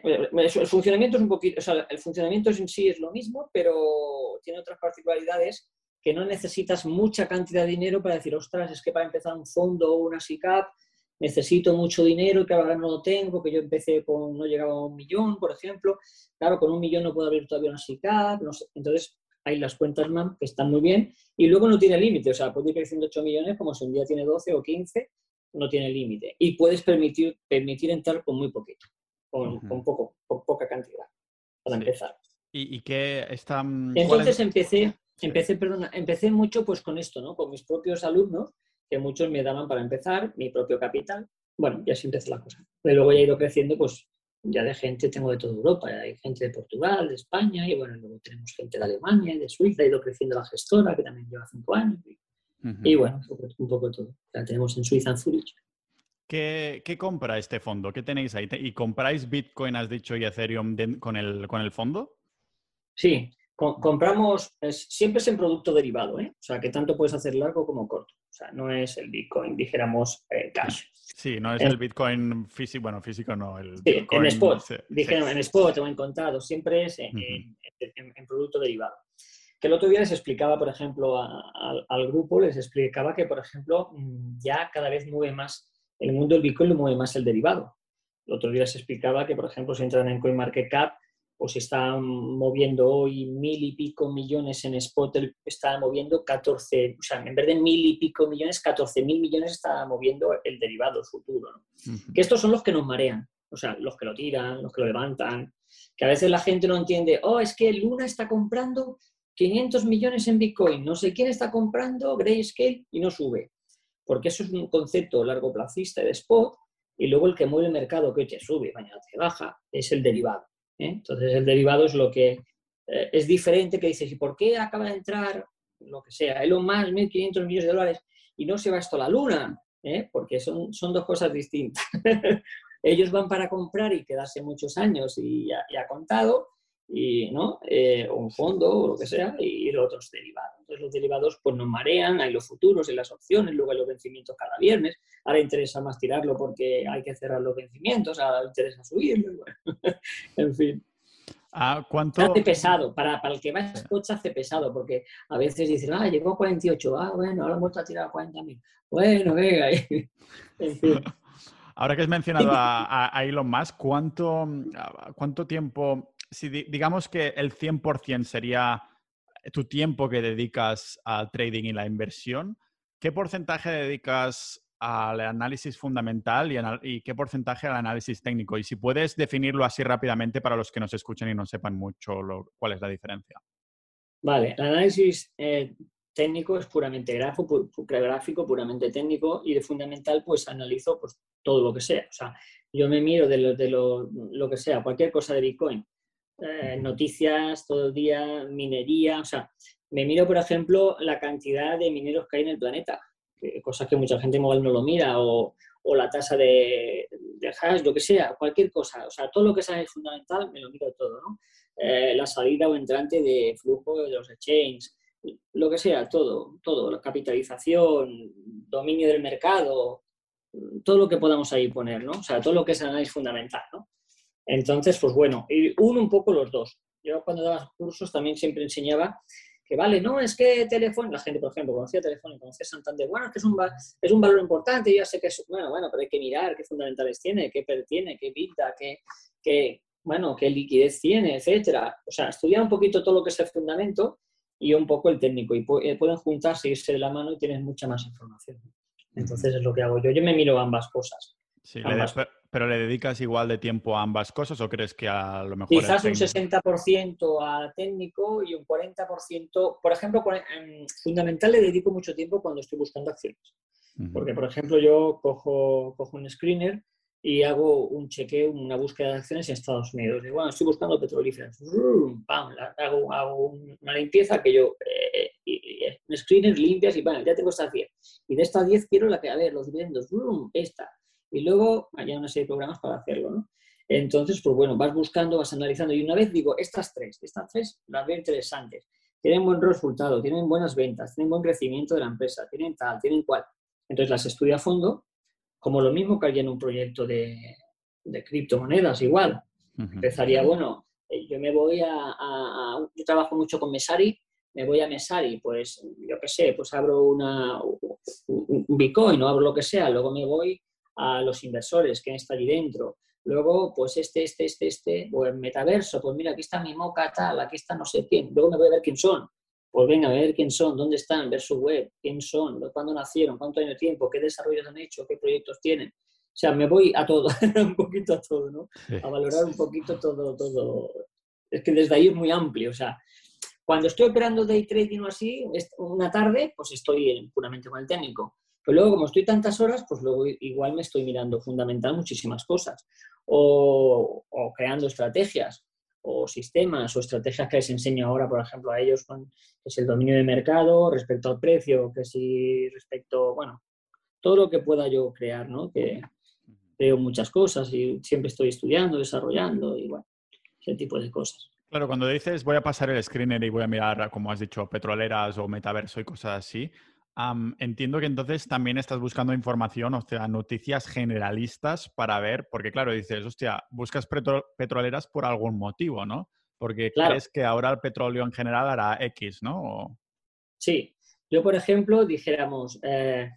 El funcionamiento es un poquito, o sea, el funcionamiento en sí es lo mismo, pero tiene otras particularidades que no necesitas mucha cantidad de dinero para decir, ostras, es que para empezar un fondo o una SICAV necesito mucho dinero que ahora no lo tengo, que yo empecé con, no llegaba a un millón, por ejemplo. Claro, con un millón no puedo abrir todavía una SICAV, no sé. Entonces hay las cuentas M A M que están muy bien y luego no tiene límite, o sea, puede ir creciendo ocho millones como si un día tiene doce o quince, no tiene límite. Y puedes permitir, permitir entrar con muy poquito, con, uh-huh. con poco, con poca cantidad, para sí. empezar. ¿Y, y qué está...? Entonces es? empecé, empecé, sí. perdona, empecé mucho pues con esto, ¿no? Con mis propios alumnos, que muchos me daban para empezar, mi propio capital. Bueno, y así empezó la cosa. Y luego ya he ido creciendo, pues ya de gente tengo de toda Europa, hay gente de Portugal, de España, y bueno, luego tenemos gente de Alemania, de Suiza, ha ido creciendo la gestora, que también lleva cinco años. Y, uh-huh. y bueno, un poco, un poco todo. La tenemos en Suiza, en Zurich. ¿Qué, ¿Qué compra este fondo? ¿Qué tenéis ahí? ¿Y compráis Bitcoin, has dicho, y Ethereum de, con, el, con el fondo? Sí, com compramos, es, siempre es en producto derivado, ¿eh? O sea, que tanto puedes hacer largo como corto. O sea, no es el Bitcoin, dijéramos, eh, cash. Sí, no es el, el Bitcoin físico, bueno, físico no, el sí, Bitcoin... en spot, sí, dijeron, sí. en spot o en contado, siempre es en, uh-huh. en, en, en producto derivado. Que el otro día les explicaba, por ejemplo, a, a, al grupo, les explicaba que, por ejemplo, ya cada vez mueve más el mundo del Bitcoin lo mueve más el derivado. El otro día se explicaba que, por ejemplo, si entran en CoinMarketCap, pues están moviendo hoy mil y pico millones en spot, está moviendo catorce, o sea, en vez de mil y pico millones, catorce mil millones está moviendo el derivado futuro, ¿no? Uh-huh. Que estos son los que nos marean, o sea, los que lo tiran, los que lo levantan, que a veces la gente no entiende, oh, es que Luna está comprando quinientos millones en Bitcoin, no sé quién está comprando Grayscale y no sube, porque eso es un concepto largoplacista de spot, y luego el que mueve el mercado, que hoy te sube, mañana te baja, es el derivado. ¿eh? Entonces el derivado es lo que eh, es diferente, que dices, ¿y por qué acaba de entrar lo que sea, Elon Musk, mil quinientos millones de dólares y no se va esto a la luna? ¿eh? Porque son, son dos cosas distintas. Ellos van para comprar y quedarse muchos años y ya, ya contado, y, ¿no? Eh, o un fondo o lo que sea, y los otros derivados. Entonces los derivados pues nos marean, hay los futuros, hay las opciones, luego hay los vencimientos cada viernes, ahora interesa más tirarlo porque hay que cerrar los vencimientos, ahora interesa subirlo, bueno. En fin. Ah, ¿cuánto? Hace pesado, para, para el que va a spot hace pesado, porque a veces dicen, ah, llegó a cuarenta y ocho, ah, bueno, ahora hemos vuelto a tirar a cuarenta mil, bueno, venga, en fin. Ahora que has mencionado a, a Elon Musk, ¿cuánto, cuánto tiempo, si digamos que el cien por ciento sería tu tiempo que dedicas al trading y la inversión, ¿qué porcentaje dedicas al análisis fundamental y, y qué porcentaje al análisis técnico? Y si puedes definirlo así rápidamente para los que nos escuchen y no sepan mucho lo, cuál es la diferencia. Vale, el análisis eh, técnico es puramente gráfico, pu gráfico, puramente técnico, y de fundamental pues analizo pues, todo lo que sea. O sea, yo me miro de lo, de lo, lo que sea, cualquier cosa de Bitcoin, eh, noticias todo el día, minería, o sea, me miro, por ejemplo, la cantidad de mineros que hay en el planeta, que, cosas que mucha gente igual no lo mira, o, o la tasa de, de hash, lo que sea, cualquier cosa. O sea, todo lo que sea fundamental me lo miro todo, ¿no? Eh, la salida o entrante de flujo de los exchanges, lo que sea, todo, todo, la capitalización, dominio del mercado, todo lo que podamos ahí poner, ¿no? O sea, todo lo que es análisis fundamental, ¿no? Entonces, pues bueno, y uno un poco los dos. Yo cuando daba cursos también siempre enseñaba que vale, no, es que Telefónica, la gente, por ejemplo, conocía Telefónica, conocía Santander, bueno, es que es un, es un valor importante, yo ya sé que es, bueno, bueno, pero hay que mirar qué fundamentales tiene, qué per tiene, qué pinta, qué, qué, bueno, qué liquidez tiene, etcétera. O sea, estudiar un poquito todo lo que es el fundamento y un poco el técnico, y pueden juntarse, irse de la mano y tienes mucha más información. Entonces es lo que hago yo. Yo me miro ambas cosas. Sí, ambas le de, pero ¿le dedicas igual de tiempo a ambas cosas o crees que a lo mejor quizás un sesenta por ciento a técnico y un cuarenta por ciento, por ejemplo, en fundamental le dedico mucho tiempo cuando estoy buscando acciones. Uh-huh. Porque, por ejemplo, yo cojo, cojo un screener y hago un chequeo, una búsqueda de acciones en Estados Unidos. Y bueno, estoy buscando petrolíferas. ¡Pam! Hago, hago una limpieza que yo, eh, y, y, un screener limpias y bueno, ya tengo estas diez. Y de estas diez quiero la que, a ver, los dividendos, ¡brum! Esta. Y luego hay una serie de programas para hacerlo, ¿no? Entonces, pues bueno, vas buscando, vas analizando. Y una vez digo, estas tres, estas tres las veo interesantes. Tienen buen resultado, tienen buenas ventas, tienen buen crecimiento de la empresa, tienen tal, tienen cual. Entonces las estudio a fondo, como lo mismo que haría en un proyecto de, de criptomonedas, igual. Uh-huh. Empezaría, bueno, yo me voy a, a, a... Yo trabajo mucho con Messari, me voy a Messari, pues yo qué sé, pues abro una, un Bitcoin o abro lo que sea, luego me voy a los inversores que está allí dentro. Luego, pues este, este, este, este, o el metaverso, pues mira, aquí está mi moca tal, aquí está no sé quién. Luego me voy a ver quién son. Pues venga, a ver quién son, dónde están, ver su web, quién son, cuándo nacieron, cuánto año de tiempo, qué desarrollos han hecho, qué proyectos tienen. O sea, me voy a todo, un poquito a todo, ¿no? A valorar un poquito todo, todo. Es que desde ahí es muy amplio, o sea, cuando estoy operando day trading o así, una tarde, pues estoy puramente con el técnico. Pero luego, como estoy tantas horas, pues luego igual me estoy mirando fundamental muchísimas cosas. O, o creando estrategias, o sistemas, o estrategias que les enseño ahora, por ejemplo, a ellos, con, que es el dominio de mercado, respecto al precio, que si respecto, bueno, todo lo que pueda yo crear, ¿no? Que creo muchas cosas y siempre estoy estudiando, desarrollando y, bueno, ese tipo de cosas. Claro, cuando dices voy a pasar el screener y voy a mirar, como has dicho, petroleras o metaverso y cosas así, Um, entiendo que entonces también estás buscando información, o sea, noticias generalistas para ver, porque claro, dices, hostia, buscas petro petroleras por algún motivo, ¿no? Porque claro, crees que ahora el petróleo en general hará X, ¿no? O... Sí. Yo, por ejemplo, dijéramos, eh,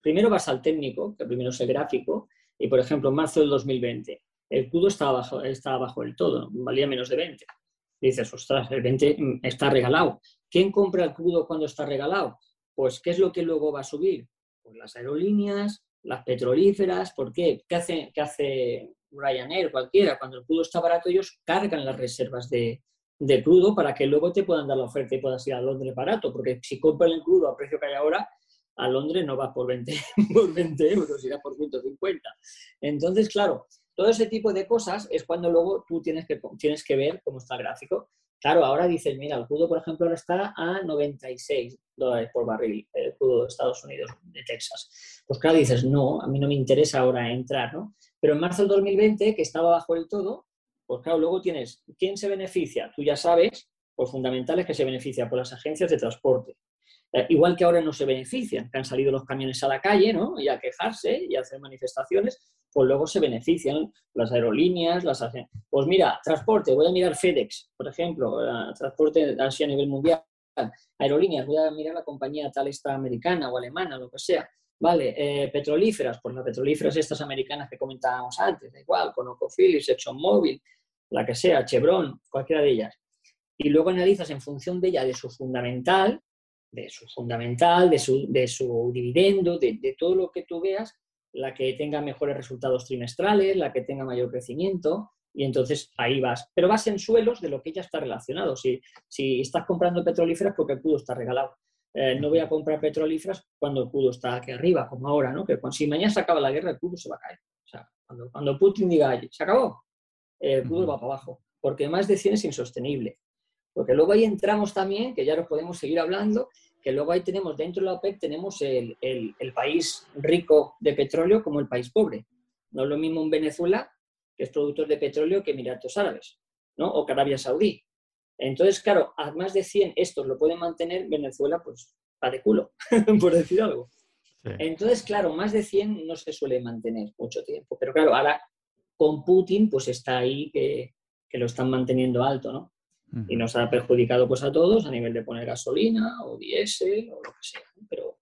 primero vas al técnico, que primero es el gráfico, y por ejemplo, en marzo del dos mil veinte, el crudo estaba bajo, estaba bajo del todo, valía menos de veinte. Y dices, ostras, el veinte está regalado. ¿Quién compra el crudo cuando está regalado? Pues, ¿qué es lo que luego va a subir? Pues las aerolíneas, las petrolíferas. ¿Por qué? ¿Qué hace, qué hace Ryanair, cualquiera? Cuando el crudo está barato, ellos cargan las reservas de, de crudo para que luego te puedan dar la oferta y puedas ir a Londres barato. Porque si compran el crudo a precio que hay ahora, a Londres no va por veinte, por veinte euros, irá por ciento cincuenta. Entonces, claro, todo ese tipo de cosas es cuando luego tú tienes que, tienes que ver cómo está el gráfico. Claro, ahora dices, mira, el crudo, por ejemplo, ahora está a noventa y seis dólares por barril, el crudo de Estados Unidos, de Texas. Pues claro, dices, no, a mí no me interesa ahora entrar, ¿no? Pero en marzo del dos mil veinte, que estaba bajo del todo, pues claro, luego tienes, ¿quién se beneficia? Tú ya sabes, pues fundamental es que se beneficia por las agencias de transporte. Eh, igual que ahora no se benefician, que han salido los camiones a la calle, ¿no? Y a quejarse y a hacer manifestaciones, pues luego se benefician las aerolíneas, las agencias. Pues mira, transporte, voy a mirar FedEx, por ejemplo, uh, transporte así a nivel mundial. Aerolíneas, voy a mirar la compañía tal esta americana o alemana, lo que sea. Vale, eh, petrolíferas, pues las petrolíferas estas americanas que comentábamos antes, da igual, ConocoPhillips, ExxonMobil, la que sea, Chevron, cualquiera de ellas. Y luego analizas en función de ella, de su fundamental, de su fundamental, de su, de su dividendo, de, de todo lo que tú veas, la que tenga mejores resultados trimestrales, la que tenga mayor crecimiento, y entonces ahí vas. Pero vas en suelos de lo que ya está relacionado. Si, si estás comprando petrolíferas porque el crudo está regalado. Eh, no voy a comprar petrolíferas cuando el crudo está aquí arriba, como ahora, ¿no? Que cuando, si mañana se acaba la guerra, el crudo se va a caer. O sea, cuando, cuando Putin diga, se acabó, el crudo va para abajo, porque más de cien es insostenible. Porque luego ahí entramos también, que ya nos podemos seguir hablando, que luego ahí tenemos, dentro de la OPEP, tenemos el, el, el país rico de petróleo como el país pobre. No es lo mismo en Venezuela, que es productor de petróleo, que Emiratos Árabes, ¿no? O que Arabia Saudí. Entonces, claro, a más de cien estos lo pueden mantener, Venezuela, pues, va de culo, por decir algo. Sí. Entonces, claro, más de cien no se suele mantener mucho tiempo. Pero claro, ahora con Putin, pues está ahí que, que lo están manteniendo alto, ¿no? Y nos ha perjudicado pues a todos a nivel de poner gasolina o diésel o lo que sea. Pero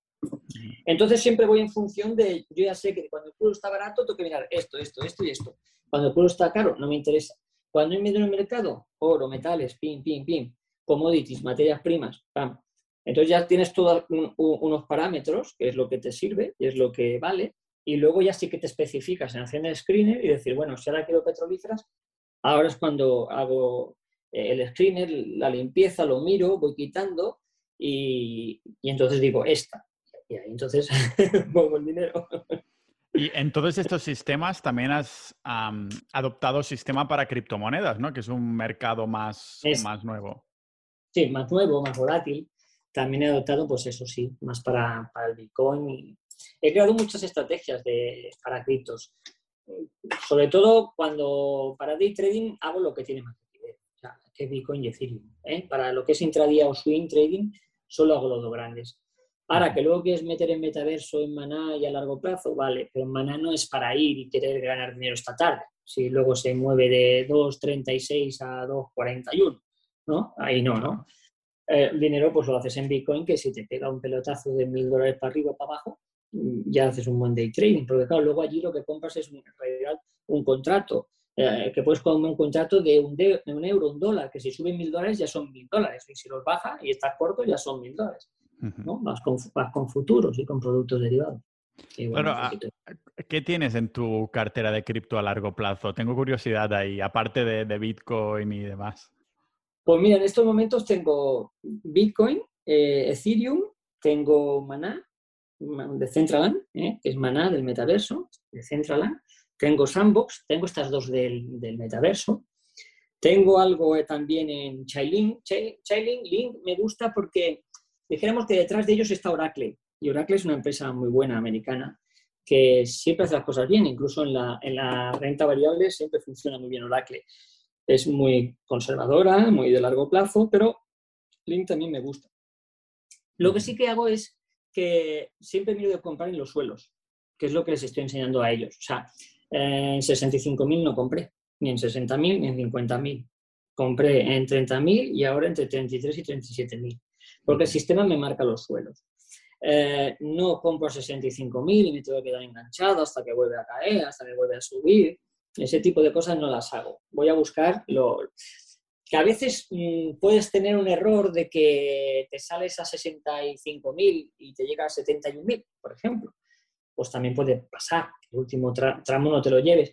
entonces siempre voy en función de, yo ya sé que cuando el crudo está barato tengo que mirar esto, esto, esto y esto. Cuando el crudo está caro no me interesa. Cuando hay medio en el mercado, oro, metales, pim, pim, pim, commodities, materias primas, pam. Entonces ya tienes todos un, un, unos parámetros, que es lo que te sirve y es lo que vale, y luego ya sí que te especificas en hacer el screener y decir, bueno, si ahora quiero petrolíferas, ahora es cuando hago el screener, la limpieza, lo miro, voy quitando y, y entonces digo, esta. Y ahí entonces pongo el dinero. Y en todos estos sistemas también has um, adoptado sistema para criptomonedas, ¿no? Que es un mercado más, es, más nuevo. Sí, más nuevo, más volátil. También he adoptado, pues eso sí, más para, para el Bitcoin. Y he creado muchas estrategias de, para criptos. Sobre todo cuando para day trading hago lo que tiene más que Bitcoin y Ethereum. ¿eh? Para lo que es intradía o swing trading, solo hago los dos grandes. Ahora, que luego quieres meter en metaverso, en Maná y a largo plazo, vale, pero en Maná no es para ir y querer ganar dinero esta tarde. Si luego se mueve de dos treinta y seis a dos cuarenta y uno, ¿no? Ahí no, ¿no? Eh, el dinero pues lo haces en Bitcoin, que si te pega un pelotazo de mil dólares para arriba o para abajo, ya haces un buen day trading, porque claro, luego allí lo que compras es en realidad un contrato. Eh, que puedes comprar un contrato de un, de, de un euro, un dólar, que si suben mil dólares ya son mil dólares, y si los baja y estás corto ya son mil dólares. ¿no? Vas, con, vas con futuros y con productos derivados. Y bueno, claro, ¿qué tienes en tu cartera de cripto a largo plazo? Tengo curiosidad ahí, aparte de, de Bitcoin y demás. Pues mira, en estos momentos tengo Bitcoin, eh, Ethereum, tengo Maná, de Centraland, ¿eh? que es Maná del metaverso, de Centraland. Tengo Sandbox, tengo estas dos del, del metaverso. Tengo algo eh, también en Chainlink. Chainlink Link me gusta porque dijéramos que detrás de ellos está Oracle. Y Oracle es una empresa muy buena, americana, que siempre hace las cosas bien. Incluso en la, en la renta variable siempre funciona muy bien Oracle. Es muy conservadora, muy de largo plazo, pero Link también me gusta. Lo que sí que hago es que siempre miro de comprar en los suelos, que es lo que les estoy enseñando a ellos. O sea, en sesenta y cinco mil no compré, ni en sesenta mil ni en cincuenta mil. Compré en treinta mil y ahora entre treinta y tres y treinta y siete mil, porque el sistema me marca los suelos. eh, no compro sesenta y cinco mil y me tengo que quedar enganchado hasta que vuelve a caer, hasta que vuelve a subir. Ese tipo de cosas no las hago. Voy a buscar lo... que a veces mmm, puedes tener un error de que te sales a sesenta y cinco mil y te llega a setenta y un mil, por ejemplo. Pues también puede pasar, que el último tra tramo no te lo lleves.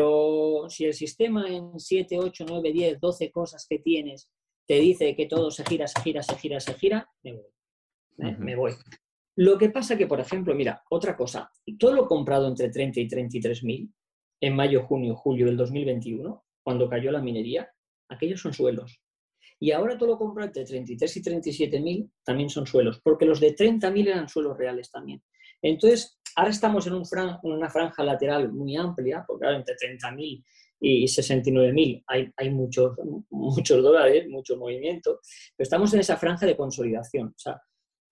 Pero si el sistema en siete, ocho, nueve, diez, doce cosas que tienes te dice que todo se gira, se gira, se gira, se gira, me voy. ¿eh? Uh-huh. Me voy. Lo que pasa que, por ejemplo, mira, otra cosa, todo lo comprado entre treinta y treinta y tres mil en mayo, junio, julio del dos mil veintiuno, cuando cayó la minería, aquellos son suelos. Y ahora todo lo comprado entre treinta y tres y treinta y siete mil también son suelos, porque los de treinta mil eran suelos reales también. Entonces, ahora estamos en un fran una franja lateral muy amplia, porque ahora entre treinta mil y sesenta y nueve mil hay, hay muchos, muchos dólares, mucho movimiento, pero estamos en esa franja de consolidación. O sea,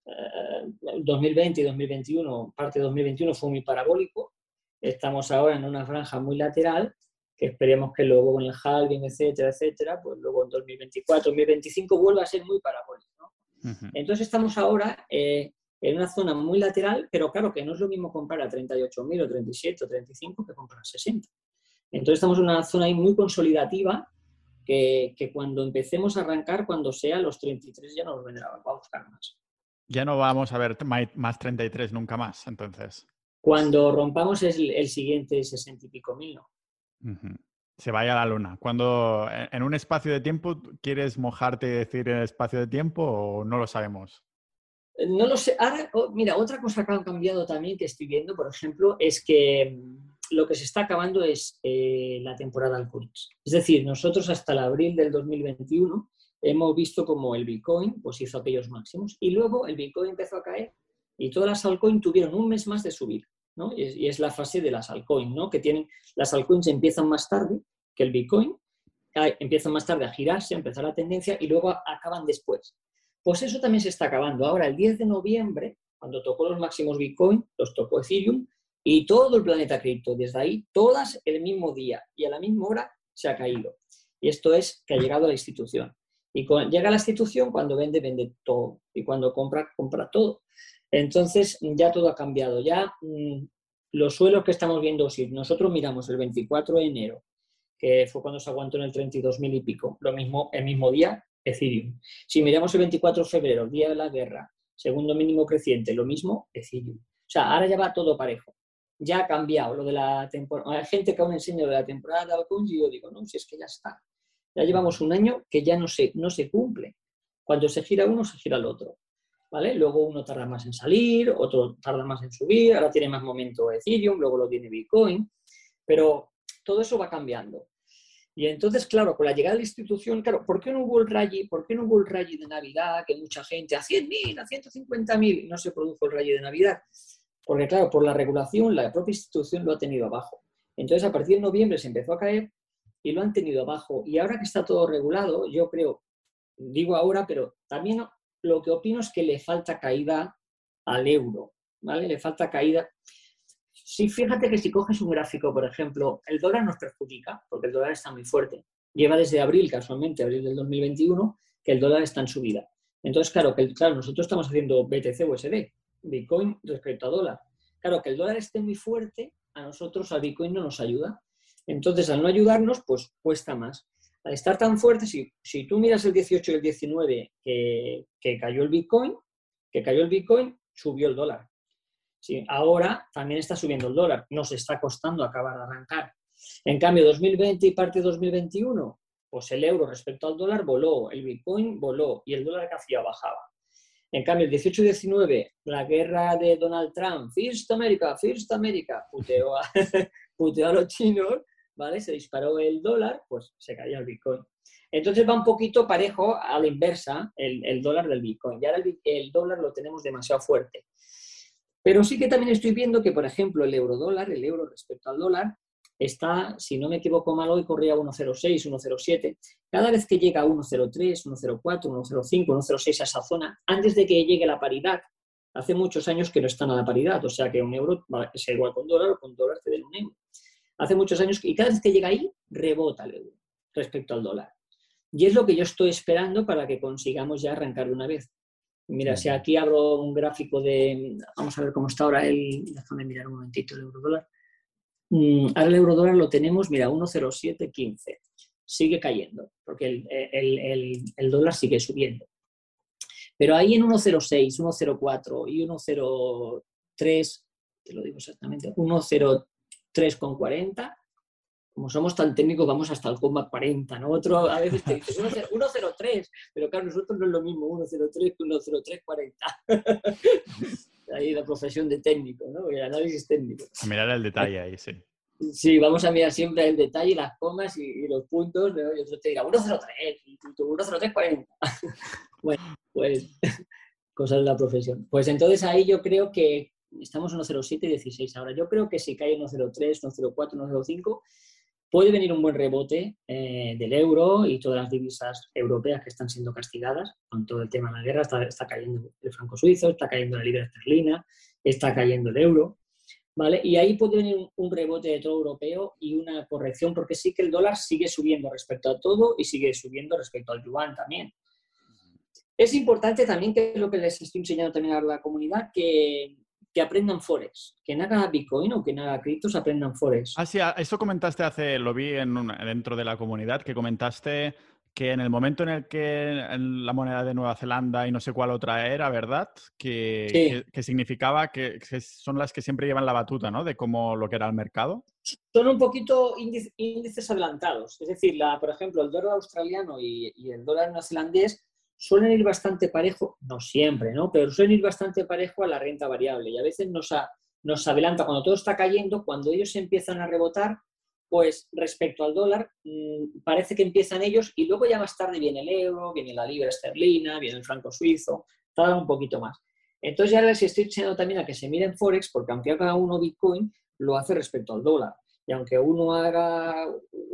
eh, dos mil veinte y dos mil veintiuno, parte de dos mil veintiuno fue muy parabólico, estamos ahora en una franja muy lateral, que esperemos que luego con el halving, etcétera, etcétera, pues luego en dos mil veinticuatro, dos mil veinticinco vuelva a ser muy parabólico, ¿no? Uh-huh. Entonces estamos ahora eh, en una zona muy lateral, pero claro que no es lo mismo comprar a treinta y ocho mil o treinta y siete o treinta y cinco que comprar a sesenta. Entonces estamos en una zona ahí muy consolidativa que, que cuando empecemos a arrancar, cuando sea los treinta y tres ya no nos vendrá a buscar más. Ya no vamos a ver más treinta y tres nunca más, entonces. Cuando rompamos el, el siguiente sesenta y pico mil, ¿no? Uh-huh. Se vaya a la luna. Cuando en un espacio de tiempo, ¿quieres mojarte y decir el espacio de tiempo o no lo sabemos? No lo sé. Ahora, oh, mira, otra cosa que han cambiado también que estoy viendo, por ejemplo, es que lo que se está acabando es eh, la temporada altcoins. Es decir, nosotros hasta el abril del dos mil veintiuno hemos visto como el Bitcoin pues hizo aquellos máximos y luego el Bitcoin empezó a caer y todas las altcoins tuvieron un mes más de subir, ¿no? Y es, y es la fase de las altcoins, ¿no? Que tienen, las altcoins empiezan más tarde que el Bitcoin, empiezan más tarde a girarse, a empezar la tendencia y luego acaban después. Pues eso también se está acabando. Ahora, el diez de noviembre, cuando tocó los máximos Bitcoin, los tocó Ethereum y todo el planeta cripto. Desde ahí, todas el mismo día y a la misma hora se ha caído. Y esto es que ha llegado a la institución. Y cuando llega a la institución, cuando vende, vende todo. Y cuando compra, compra todo. Entonces, ya todo ha cambiado. Ya mmm, los suelos que estamos viendo, si nosotros miramos el veinticuatro de enero, que fue cuando se aguantó en el treinta y dos mil y pico, lo mismo, el mismo día, Ethereum. Si miramos el veinticuatro de febrero, día de la guerra, segundo mínimo creciente, lo mismo, Ethereum. O sea, ahora ya va todo parejo. Ya ha cambiado lo de la temporada. Hay gente que aún enseña de la temporada de altcoins y yo digo, no, si es que ya está. Ya llevamos un año que ya no se, no se cumple. Cuando se gira uno, se gira el otro. ¿Vale? Luego uno tarda más en salir, otro tarda más en subir, ahora tiene más momento Ethereum, luego lo tiene Bitcoin. Pero todo eso va cambiando. Y entonces, claro, con la llegada de la institución, claro, ¿por qué no hubo el rally? ¿Por qué no hubo el rally de Navidad? Que mucha gente, a cien mil, a ciento cincuenta mil, no se produjo el rally de Navidad. Porque, claro, por la regulación, la propia institución lo ha tenido abajo. Entonces, a partir de noviembre se empezó a caer y lo han tenido abajo. Y ahora que está todo regulado, yo creo, digo ahora, pero también lo que opino es que le falta caída al euro, ¿vale? Le falta caída. Sí, fíjate que si coges un gráfico, por ejemplo, el dólar nos perjudica, porque el dólar está muy fuerte. Lleva desde abril, casualmente, abril del dos mil veintiuno, que el dólar está en subida. Entonces, claro, que, claro, nosotros estamos haciendo B T C U S D, Bitcoin respecto a dólar. Claro, que el dólar esté muy fuerte, a nosotros, al Bitcoin, no nos ayuda. Entonces, al no ayudarnos, pues cuesta más. Al estar tan fuerte, si, si tú miras el dieciocho y el diecinueve, que, que cayó el Bitcoin, que cayó el Bitcoin, subió el dólar. Sí, ahora también está subiendo el dólar, nos está costando acabar de arrancar. En cambio, dos mil veinte y parte de dos mil veintiuno, pues el euro respecto al dólar voló, el Bitcoin voló y el dólar que hacía bajaba. En cambio, el dieciocho y diecinueve, la guerra de Donald Trump, First America, First America, puteó a, puteó a los chinos, ¿vale? Se disparó el dólar, pues se cayó el Bitcoin. Entonces va un poquito parejo a la inversa el, el dólar del Bitcoin. Y ahora el, el dólar lo tenemos demasiado fuerte. Pero sí que también estoy viendo que, por ejemplo, el euro dólar, el euro respecto al dólar, está, si no me equivoco mal, hoy corría a uno coma cero seis, uno coma cero siete. Cada vez que llega a uno coma cero tres, uno coma cero cuatro, uno coma cero cinco, uno coma cero seis a esa zona, antes de que llegue la paridad, hace muchos años que no están a la paridad, o sea que un euro es igual con dólar o con dólar te den un euro. Hace muchos años, y cada vez que llega ahí, rebota el euro respecto al dólar. Y es lo que yo estoy esperando para que consigamos ya arrancar de una vez. Mira, si aquí abro un gráfico de... Vamos a ver cómo está ahora el... Déjame mirar un momentito el eurodólar. Mm, ahora el eurodólar lo tenemos, mira, uno coma cero siete quince. Sigue cayendo, porque el, el, el, el dólar sigue subiendo. Pero ahí en uno coma cero seis, uno coma cero cuatro y uno coma cero tres, te lo digo exactamente, uno coma cero tres con cuarenta, como somos tan técnicos vamos hasta el coma cuarenta, ¿no? Otro a veces te dices uno coma cero tres, pero claro, nosotros no es lo mismo uno coma cero tres que uno coma cero tres cuarenta. Ahí la profesión de técnico, ¿no? El análisis técnico. A mirar el detalle ahí, sí. Sí, vamos a mirar siempre el detalle, las comas y, y los puntos, ¿no? Y otro te dirá uno coma cero tres, y tú uno coma cero tres cuarenta. Bueno, pues cosas de la profesión. Pues entonces ahí yo creo que estamos en uno coma cero siete dieciséis ahora. Yo creo que si cae uno coma cero tres, uno coma cero cuatro, uno coma cero cinco, puede venir un buen rebote eh, del euro y todas las divisas europeas que están siendo castigadas con todo el tema de la guerra. Está, está cayendo el franco suizo, está cayendo la libra esterlina, está cayendo el euro. ¿Vale? Y ahí puede venir un, un rebote de todo europeo y una corrección, porque sí que el dólar sigue subiendo respecto a todo y sigue subiendo respecto al yuan también. Es importante también, que es lo que les estoy enseñando también a la comunidad, que, que aprendan Forex, que en haga Bitcoin o que en haga criptos aprendan Forex. Ah, sí, eso comentaste hace, lo vi en una, dentro de la comunidad, que comentaste que en el momento en el que en la moneda de Nueva Zelanda y no sé cuál otra era, ¿verdad? Que, Sí. que, que significaba que, que son las que siempre llevan la batuta, ¿no? De cómo lo que era el mercado. Son un poquito índice, índices adelantados. Es decir, la, por ejemplo, el dólar australiano y, y el dólar neozelandés suelen ir bastante parejo, no siempre, ¿no? Pero suelen ir bastante parejo a la renta variable. Y a veces nos, a, nos adelanta cuando todo está cayendo, cuando ellos empiezan a rebotar, pues respecto al dólar, mmm, parece que empiezan ellos y luego ya más tarde viene el euro, viene la libra esterlina, viene el franco suizo, tarda un poquito más. Entonces ya les estoy enseñando también a que se miren Forex, porque aunque haga uno Bitcoin, lo hace respecto al dólar. Y aunque uno haga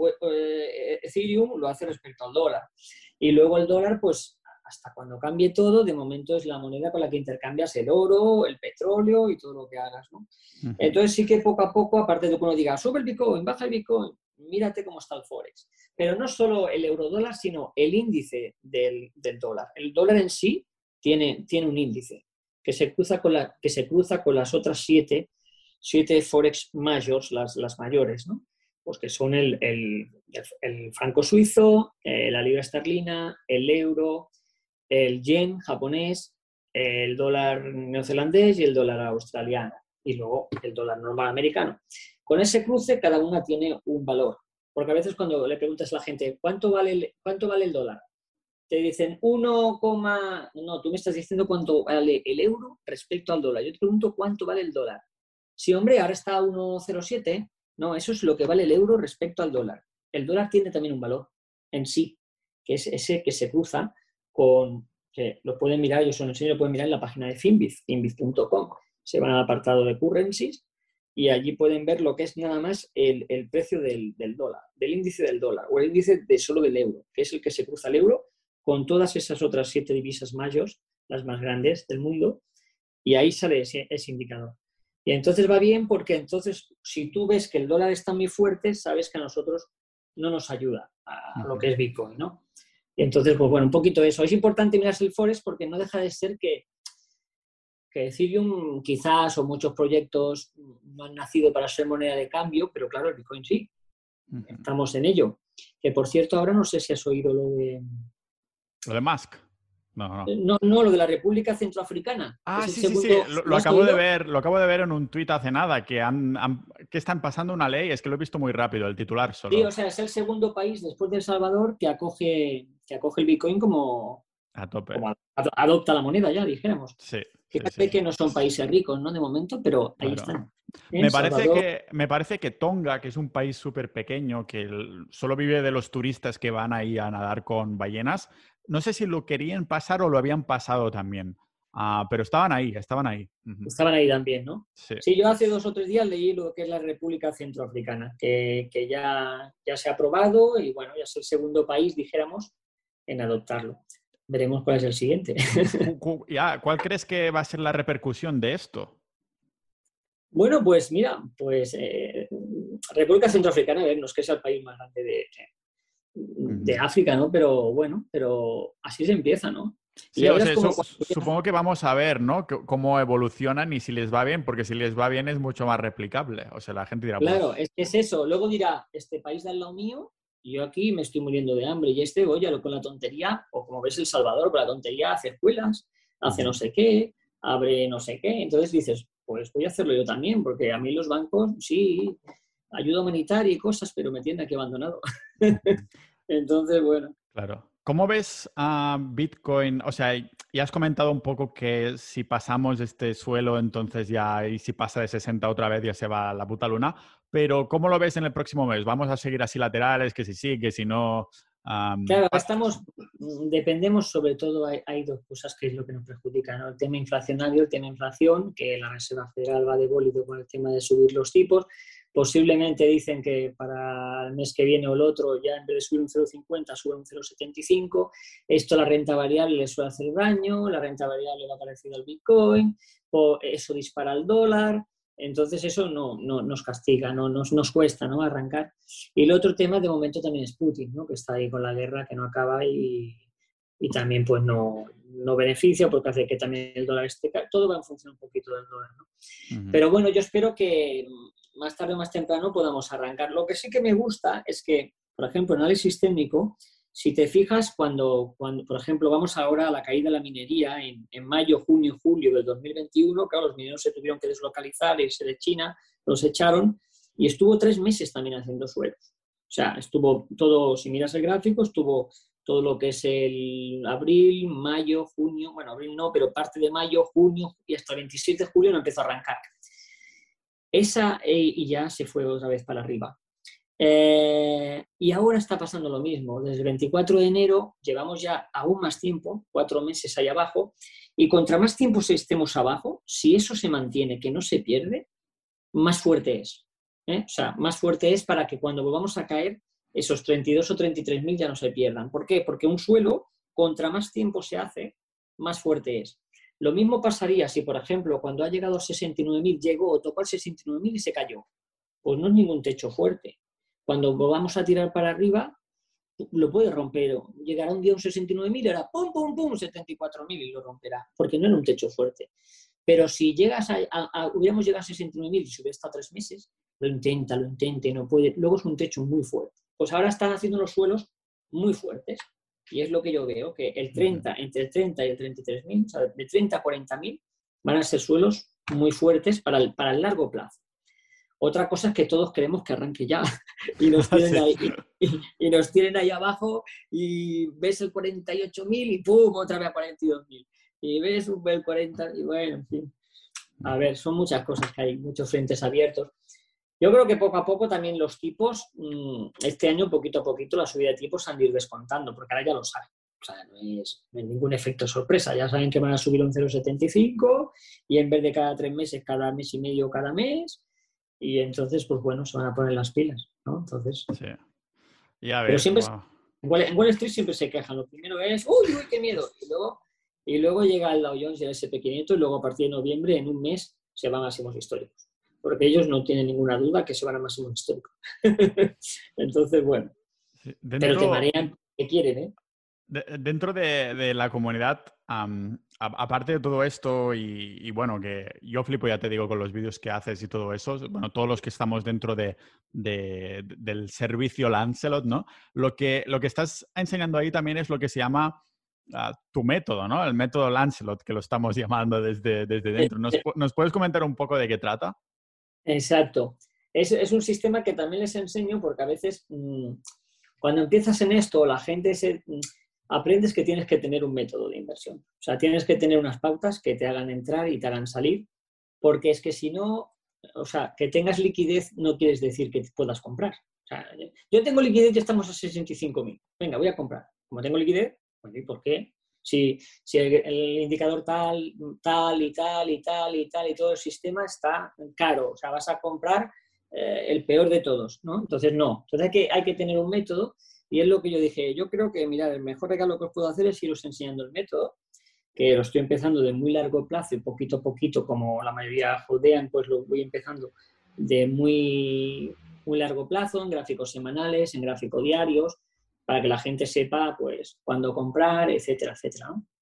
Ethereum, lo hace respecto al dólar. Y luego el dólar, pues hasta cuando cambie todo, de momento es la moneda con la que intercambias el oro, el petróleo y todo lo que hagas, ¿no? Uh-huh. Entonces sí que poco a poco, aparte de que uno diga, sube el Bitcoin, baja el Bitcoin, mírate cómo está el Forex. Pero no solo el euro-dólar, sino el índice del, del dólar. El dólar en sí tiene, tiene un índice que se cruza con, la, que se cruza con las otras siete, siete Forex majors, las, las mayores, ¿no? Pues que son el, el, el franco suizo, eh, la libra esterlina, el euro, el yen japonés, el dólar neozelandés y el dólar australiano, y luego el dólar normal americano. Con ese cruce cada una tiene un valor, porque a veces cuando le preguntas a la gente ¿cuánto vale el, cuánto vale el dólar? Te dicen uno, no, tú me estás diciendo cuánto vale el euro respecto al dólar. Yo te pregunto cuánto vale el dólar. Sí, hombre, ahora está a uno coma cero siete, no, eso es lo que vale el euro respecto al dólar. El dólar tiene también un valor en sí, que es ese que se cruza con, que lo pueden mirar, yo os lo enseño, lo pueden mirar en la página de Finbiz, finbiz punto com. Se van al apartado de currencies y allí pueden ver lo que es nada más el, el precio del, del dólar, del índice del dólar, o el índice de solo del euro, que es el que se cruza el euro con todas esas otras siete divisas mayores, las más grandes del mundo, y ahí sale ese, ese indicador. Y entonces va bien porque entonces si tú ves que el dólar está muy fuerte, sabes que a nosotros no nos ayuda a lo que es Bitcoin, ¿no? Y entonces, pues bueno, un poquito eso. Es importante mirarse el Forex porque no deja de ser que, que Ethereum quizás o muchos proyectos no han nacido para ser moneda de cambio, pero claro, el Bitcoin sí. Uh-huh. Estamos en ello. Que por cierto, ahora no sé si has oído lo de... ¿Lo de Musk? No, no. No, no, lo de la República Centroafricana. Ah, sí, segundo, sí, sí, lo, lo acabo de ver, lo acabo de ver en un tuit hace nada, que, han, han, que están pasando una ley, es que lo he visto muy rápido, el titular solo. Sí, o sea, es el segundo país después de El Salvador que acoge, que acoge el Bitcoin como, a tope. Como adopta la moneda ya, dijéramos. Sí. Fíjate sí, sí. que no son países ricos, ¿no? De momento, pero ahí claro. están. Me parece, que, me parece que Tonga, que es un país súper pequeño, que el, solo vive de los turistas que van ahí a nadar con ballenas, no sé si lo querían pasar o lo habían pasado también, uh, pero estaban ahí, estaban ahí. Uh-huh. Estaban ahí también, ¿no? Sí. Sí, yo hace dos o tres días leí lo que es la República Centroafricana, que, que ya, ya se ha aprobado y bueno, ya es el segundo país, dijéramos, en adoptarlo. Veremos cuál es el siguiente. ¿Cuál crees que va a ser la repercusión de esto? Bueno, pues mira, pues eh, República Centroafricana, a ver, no es que sea el país más grande de, de África, ¿no? Pero bueno, pero así se empieza, ¿no? Y Sí, ya o verás sea, cómo su- cuando ya- supongo que vamos a ver, ¿no? C- Cómo evolucionan y si les va bien, porque si les va bien es mucho más replicable. O sea, la gente dirá, claro, pues, es que es eso. Luego dirá, este país de al lado mío, y yo aquí me estoy muriendo de hambre, y este, oye, lo con la tontería, o como ves El Salvador, con la tontería hace escuelas, hace no ujú, sé qué, abre no sé qué. Entonces dices, pues voy a hacerlo yo también, porque a mí los bancos, sí, ayuda humanitaria y cosas, pero me tienen aquí abandonado. ujú. Entonces, bueno. Claro. ¿Cómo ves a Bitcoin? O sea, ya has comentado un poco que si pasamos este suelo, entonces ya, y si pasa de sesenta otra vez, ya se va a la puta luna. Pero ¿cómo lo ves en el próximo mes? ¿Vamos a seguir así laterales? Que si sí, que si no. am, Claro, pa- estamos, mm, dependemos sobre todo, hay, hay dos cosas que es lo que nos perjudica, ¿no? El tema inflacionario, el tema inflación, que la Reserva Federal va de bólido con el tema de subir los tipos. Posiblemente dicen que para el mes que viene o el otro, ya en vez de subir un cero coma cincuenta, sube un cero coma setenta y cinco. Esto a la renta variable le suele hacer daño, la renta variable va parecido al Bitcoin, o eso dispara el dólar. Entonces eso no, no nos castiga, no, nos, nos cuesta, ¿no?, arrancar. Y el otro tema de momento también es Putin, ¿no?, que está ahí con la guerra que no acaba y, y también pues no, no beneficia porque hace que también el dólar esté caro. Todo va en función un poquito del dólar, ¿no? Ujú. Pero bueno, yo espero que más tarde o más temprano podamos arrancar. Lo que sí que me gusta es que, por ejemplo, análisis técnico, si te fijas, cuando, cuando por ejemplo, vamos ahora a la caída de la minería en, en mayo, junio, julio del dos mil veintiuno, claro, los mineros se tuvieron que deslocalizar, irse de China, los echaron y estuvo tres meses también haciendo suelos. O sea, estuvo todo, si miras el gráfico, estuvo todo lo que es el abril, mayo, junio, bueno, abril no, pero parte de mayo, junio y hasta el veintisiete de julio no empezó a arrancar. Esa eh, y ya se fue otra vez para arriba. Eh, y ahora está pasando lo mismo. Desde el veinticuatro de enero llevamos ya aún más tiempo, cuatro meses ahí abajo, y contra más tiempo estemos abajo, si eso se mantiene, que no se pierde, más fuerte es. ¿eh? O sea, más fuerte es para que cuando volvamos a caer, esos treinta y dos o treinta y tres mil ya no se pierdan. ¿Por qué? Porque un suelo, contra más tiempo se hace, más fuerte es. Lo mismo pasaría si, por ejemplo, cuando ha llegado a sesenta y nueve mil, llegó o tocó el sesenta y nueve mil y se cayó. Pues no es ningún techo fuerte. Cuando vamos a tirar para arriba, lo puede romper. Llegará un día a un sesenta y nueve mil y ahora pum, pum, pum, setenta y cuatro mil y lo romperá, porque no era un techo fuerte. Pero si llegas a, a, a hubiéramos llegado a sesenta y nueve mil y si hubiera estado tres meses, lo intenta, lo intenta y no puede. Luego es un techo muy fuerte. Pues ahora están haciendo los suelos muy fuertes. Y es lo que yo veo, que el Ujú. treinta, entre el treinta y el treinta y tres mil, o sea, de treinta a cuarenta mil, van a ser suelos muy fuertes para el, para el largo plazo. Otra cosa es que todos queremos que arranque ya y nos tienen Sí. ahí, y, y nos tienen ahí abajo y ves el cuarenta y ocho mil y ¡pum! Otra vez a cuarenta y dos mil. Y ves un el cuarenta y bueno, en fin. A ver, son muchas cosas que hay, muchos frentes abiertos. Yo creo que poco a poco también los tipos, este año poquito a poquito la subida de tipos se han de ir descontando, porque ahora ya lo saben. O sea, no es, no es ningún efecto sorpresa. Ya saben que van a subir un cero coma setenta y cinco y en vez de cada tres meses, cada mes y medio, cada mes. Y entonces, pues bueno, se van a poner las pilas, ¿no? Entonces, Sí. Ya pero ves, siempre, wow. en Wall, en Wall Street siempre se quejan. Lo primero es, uy, uy, qué miedo. Y luego, y luego llega el Dow Jones y el ese and pe quinientos y luego a partir de noviembre, en un mes, se van a máximos históricos. Porque ellos no tienen ninguna duda que se van a máximos históricos. Entonces, bueno, Sí. pero te Dentro, marean que quieren, ¿eh? de- dentro de, de la comunidad, am, a- aparte de todo esto, y, y bueno, que yo flipo, ya te digo, con los vídeos que haces y todo eso, bueno, todos los que estamos dentro de, de- del servicio Lancelot, ¿no? Lo que, lo que estás enseñando ahí también es lo que se llama ah, tu método, ¿no? El método Lancelot, que lo estamos llamando desde, desde dentro. ¿Nos, pu- ¿Nos puedes comentar un poco de qué trata? Exacto. Es, es un sistema que también les enseño porque a veces mmm, cuando empiezas en esto, la gente se, mmm, aprendes que tienes que tener un método de inversión. O sea, tienes que tener unas pautas que te hagan entrar y te hagan salir, porque es que si no, o sea, que tengas liquidez no quieres decir que puedas comprar. O sea, yo tengo liquidez y estamos a sesenta y cinco mil. Venga, voy a comprar. Como tengo liquidez, pues, ¿y por qué? Si, si el, el, indicador tal, tal y tal y tal y tal y todo el sistema está caro, o sea, vas a comprar eh, el peor de todos, ¿no? Entonces, no. Entonces hay que, hay que tener un método y es lo que yo dije. Yo creo que, mirad, el mejor regalo que os puedo hacer es iros enseñando el método, que lo estoy empezando de muy largo plazo y poquito a poquito, como la mayoría jodean, pues lo voy empezando de muy, muy largo plazo, en gráficos semanales, en gráficos diarios, para que la gente sepa, pues, cuándo comprar, etcétera, etcétera, ¿no?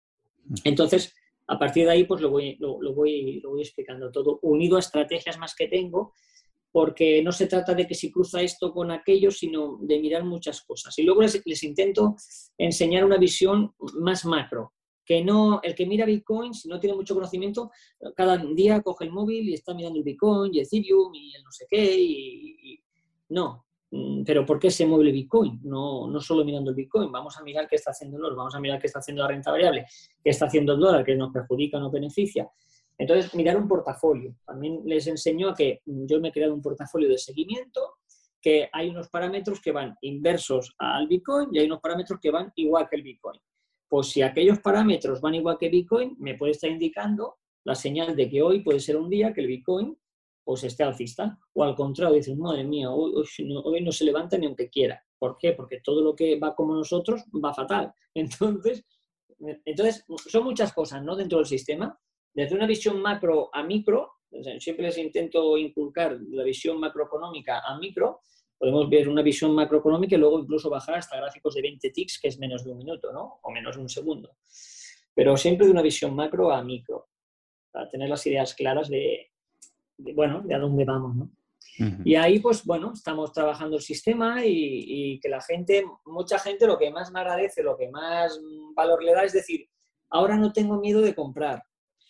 Entonces, a partir de ahí, pues lo voy, lo, lo voy, lo voy explicando todo, unido a estrategias más que tengo, porque no se trata de que si cruza esto con aquello, sino de mirar muchas cosas. Y luego les, les intento enseñar una visión más macro, que no, el que mira Bitcoin, si no tiene mucho conocimiento, cada día coge el móvil y está mirando el Bitcoin y Ethereum y el no sé qué, y, y no. Pero ¿por qué se mueve el Bitcoin? No, no solo mirando el Bitcoin, vamos a mirar qué está haciendo el oro, vamos a mirar qué está haciendo la renta variable, qué está haciendo el dólar, qué nos perjudica o nos beneficia. Entonces, mirar un portafolio. También les enseño a que yo me he creado un portafolio de seguimiento, que hay unos parámetros que van inversos al Bitcoin y hay unos parámetros que van igual que el Bitcoin. Pues si aquellos parámetros van igual que Bitcoin, me puede estar indicando la señal de que hoy puede ser un día que el Bitcoin pues esté alcista. O al contrario, dices, madre mía, hoy, hoy, no, hoy no se levanta ni aunque quiera. ¿Por qué? Porque todo lo que va como nosotros va fatal. Entonces, entonces son muchas cosas, ¿no?, dentro del sistema. Desde una visión macro a micro, o sea, siempre les intento inculcar la visión macroeconómica a micro. Podemos ver una visión macroeconómica y luego incluso bajar hasta gráficos de veinte tics, que es menos de un minuto, ¿no?, o menos de un segundo. Pero siempre de una visión macro a micro, para tener las ideas claras de, de bueno, de a dónde vamos, ¿no? Uh-huh. Y ahí, pues, bueno, estamos trabajando el sistema y, y que la gente, mucha gente, lo que más me agradece, lo que más valor le da es decir, ahora no tengo miedo de comprar,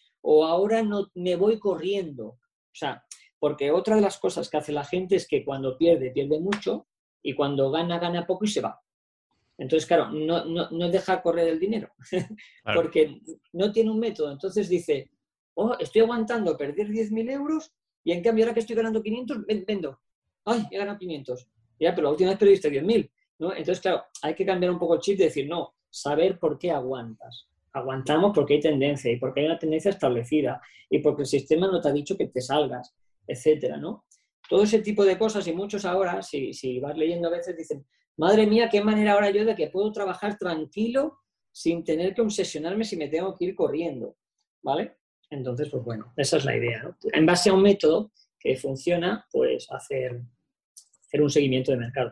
o ahora no me voy corriendo. O sea, porque otra de las cosas que hace la gente es que cuando pierde, pierde mucho, y cuando gana, gana poco y se va. Entonces, claro, no, no, no deja correr el dinero, claro, porque no tiene un método. Entonces dice, oh, estoy aguantando perder diez mil euros y en cambio ahora que estoy ganando quinientos, vendo. Ay, he ganado quinientos. Ya, pero la última vez perdiste diez mil, ¿no? Entonces, claro, hay que cambiar un poco el chip de decir, no, saber por qué aguantas. Aguantamos porque hay tendencia y porque hay una tendencia establecida y porque el sistema no te ha dicho que te salgas, etcétera, ¿no? Todo ese tipo de cosas, y muchos ahora, si, si vas leyendo a veces, dicen, madre mía, qué manera ahora yo de que puedo trabajar tranquilo sin tener que obsesionarme si me tengo que ir corriendo, ¿vale? Entonces, pues bueno, esa es la idea, ¿no? En base a un método que funciona, pues hacer, hacer un seguimiento de mercado.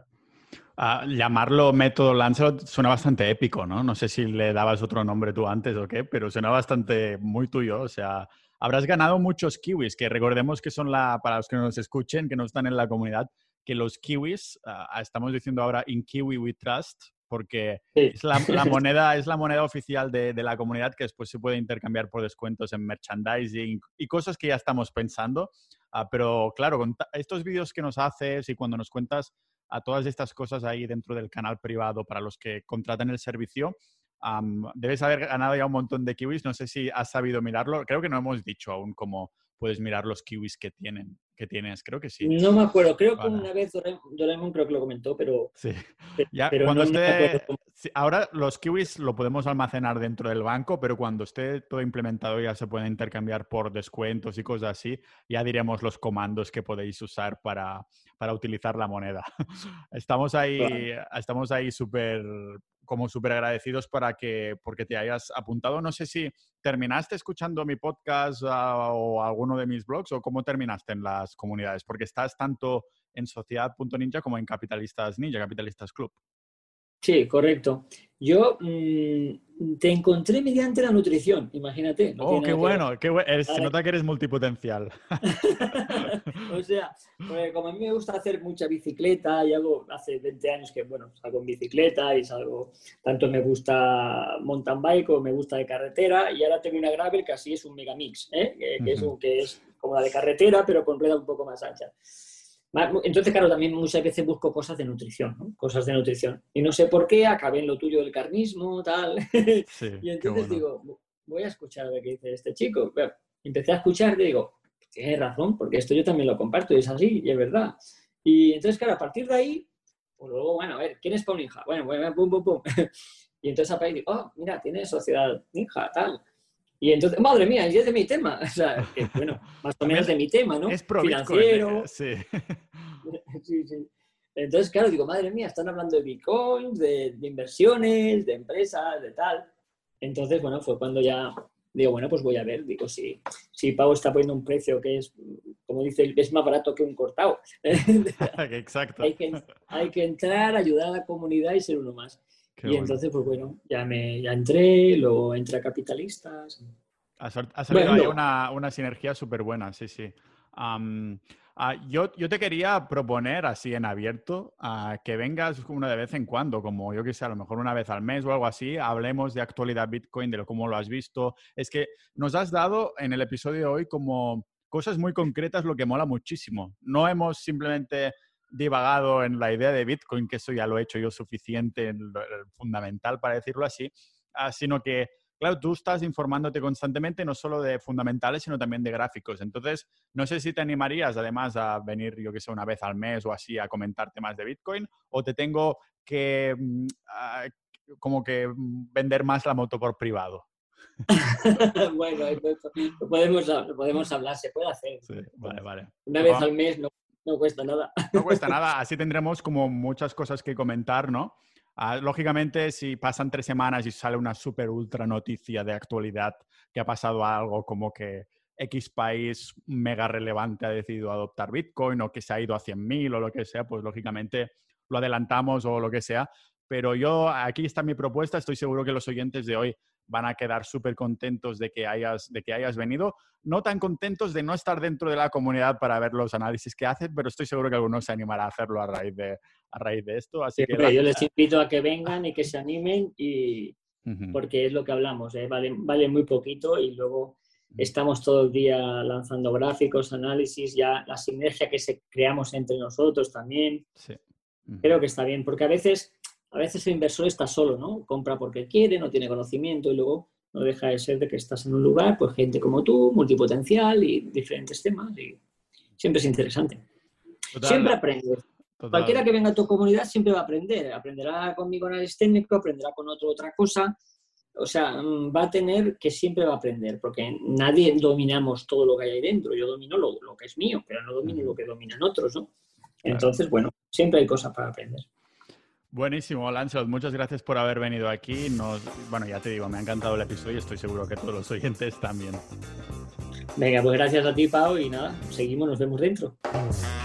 Uh, llamarlo método Lancelot suena bastante épico, ¿no? No sé si le dabas otro nombre tú antes o qué, pero suena bastante muy tuyo. O sea, habrás ganado muchos kiwis, que recordemos que son la, para los que nos escuchen, que no están en la comunidad, que los kiwis, uh, estamos diciendo ahora in Kiwi we trust, porque sí. es, la, la moneda, es la moneda oficial de, de la comunidad que después se puede intercambiar por descuentos en merchandising y cosas que ya estamos pensando. Uh, pero claro, con estos vídeos que nos haces y cuando nos cuentas a todas estas cosas ahí dentro del canal privado para los que contratan el servicio, um, debes haber ganado ya un montón de kiwis. No sé si has sabido mirarlo. Creo que no hemos dicho aún cómo puedes mirar los kiwis que, tienen, que tienes. Creo que sí. No me acuerdo. Creo vale. que una vez Doraemon creo que lo comentó, pero... Sí. Ya, pero cuando no, esté... no sí, ahora los kiwis lo podemos almacenar dentro del banco, pero cuando esté todo implementado ya se puede intercambiar por descuentos y cosas así. Ya diremos los comandos que podéis usar para, para utilizar la moneda. Estamos ahí, vale. estamos ahí súper... como súper agradecidos para que, porque te hayas apuntado. No sé si terminaste escuchando mi podcast uh, o alguno de mis blogs o cómo terminaste en las comunidades, porque estás tanto en Sociedad punto ninja como en Capitalistas Ninja, Capitalistas Club. Sí, correcto. Yo mmm, te encontré mediante la nutrición, imagínate. No oh, qué bueno, qué bueno. Se nota que eres multipotencial. O sea, pues como a mí me gusta hacer mucha bicicleta, y hago hace veinte años que, bueno, salgo en bicicleta y salgo, tanto me gusta mountain bike como me gusta de carretera, y ahora tengo una gravel que así es un megamix, ¿eh? que, que, es un, que es como la de carretera, pero con rueda un poco más ancha. Entonces, claro, también muchas veces busco cosas de nutrición, ¿no? Cosas de nutrición. Y no sé por qué, acabé en lo tuyo del carnismo, tal. Sí, y entonces bueno. digo, voy a escuchar a ver qué dice este chico. Bueno, empecé a escuchar y digo, tienes razón, porque esto yo también lo comparto y es así, y es verdad. Y entonces, claro, a partir de ahí, pues luego, bueno, a ver, ¿quién es Pau Ninja? Bueno, bueno, pum, pum, pum. Y entonces a partir digo, oh, mira, tiene Sociedad Ninja, tal. Y entonces, madre mía, y es de mi tema. O sea, que, bueno, más o menos de mi tema, ¿no? Es pro financiero. Bitcoin, sí. sí, sí. Entonces, claro, digo, madre mía, están hablando de Bitcoin, de, de inversiones, de empresas, de tal. Entonces, bueno, fue cuando ya digo, bueno, pues voy a ver. Digo, si, si Pau está poniendo un precio que es, como dice, es más barato que un cortado. Exacto. hay, que, hay que entrar, ayudar a la comunidad y ser uno más. Qué y bueno. Entonces, pues bueno, ya, me, ya entré, luego entré a Capitalistas. Ha, ha salido bueno, ahí una, una sinergia súper buena, sí, sí. Um, uh, yo, yo te quería proponer así en abierto uh, que vengas una de vez en cuando, como yo que sé, a lo mejor una vez al mes o algo así, hablemos de actualidad Bitcoin, de lo, cómo lo has visto. Es que nos has dado en el episodio de hoy como cosas muy concretas, lo que mola muchísimo. No hemos simplemente divagado en la idea de Bitcoin, que eso ya lo he hecho yo suficiente, en lo, en fundamental para decirlo así, uh, sino que claro, tú estás informándote constantemente no solo de fundamentales, sino también de gráficos. Entonces, no sé si te animarías además a venir, yo que sé, una vez al mes o así a comentarte más de Bitcoin, o te tengo que uh, como que vender más la moto por privado. Bueno, lo podemos, lo podemos hablar, se puede hacer. Sí, vale, vale. Una vez al mes no, no cuesta nada. No cuesta nada, así tendremos como muchas cosas que comentar, ¿no? Uh, lógicamente, si pasan tres semanas y sale una super ultra noticia de actualidad que ha pasado algo como que X país mega relevante ha decidido adoptar Bitcoin o que se ha ido a cien mil o lo que sea, pues lógicamente lo adelantamos o lo que sea. Pero yo, aquí está mi propuesta, estoy seguro que los oyentes de hoy van a quedar súper contentos de que, hayas, de que hayas venido. No tan contentos de no estar dentro de la comunidad para ver los análisis que haces, pero estoy seguro que algunos se animará a hacerlo a raíz de, a raíz de esto. Así sí, que la... Yo les invito a que vengan y que se animen, y... uh-huh. porque es lo que hablamos, ¿eh? vale, vale muy poquito y luego estamos todo el día lanzando gráficos, análisis, ya la sinergia que se creamos entre nosotros también. Sí. Uh-huh. Creo que está bien, porque a veces... A veces el inversor está solo, ¿no? Compra porque quiere, no tiene conocimiento y luego no deja de ser de que estás en un lugar, pues gente como tú, multipotencial y diferentes temas, y siempre es interesante. Total, siempre aprendes. Total. Cualquiera que venga a tu comunidad siempre va a aprender. Aprenderá conmigo análisis técnico, aprenderá con otro otra cosa. O sea, va a tener que siempre va a aprender, porque nadie dominamos todo lo que hay ahí dentro. Yo domino lo, lo que es mío, pero no domino uh-huh. lo que dominan otros, ¿no? Entonces, claro. Bueno, siempre hay cosas para aprender. Buenísimo, Lancelot. Muchas gracias por haber venido aquí. Nos, bueno, ya te digo, me ha encantado el episodio y estoy seguro que todos los oyentes también. Venga, pues gracias a ti, Pau, y nada, seguimos, nos vemos dentro.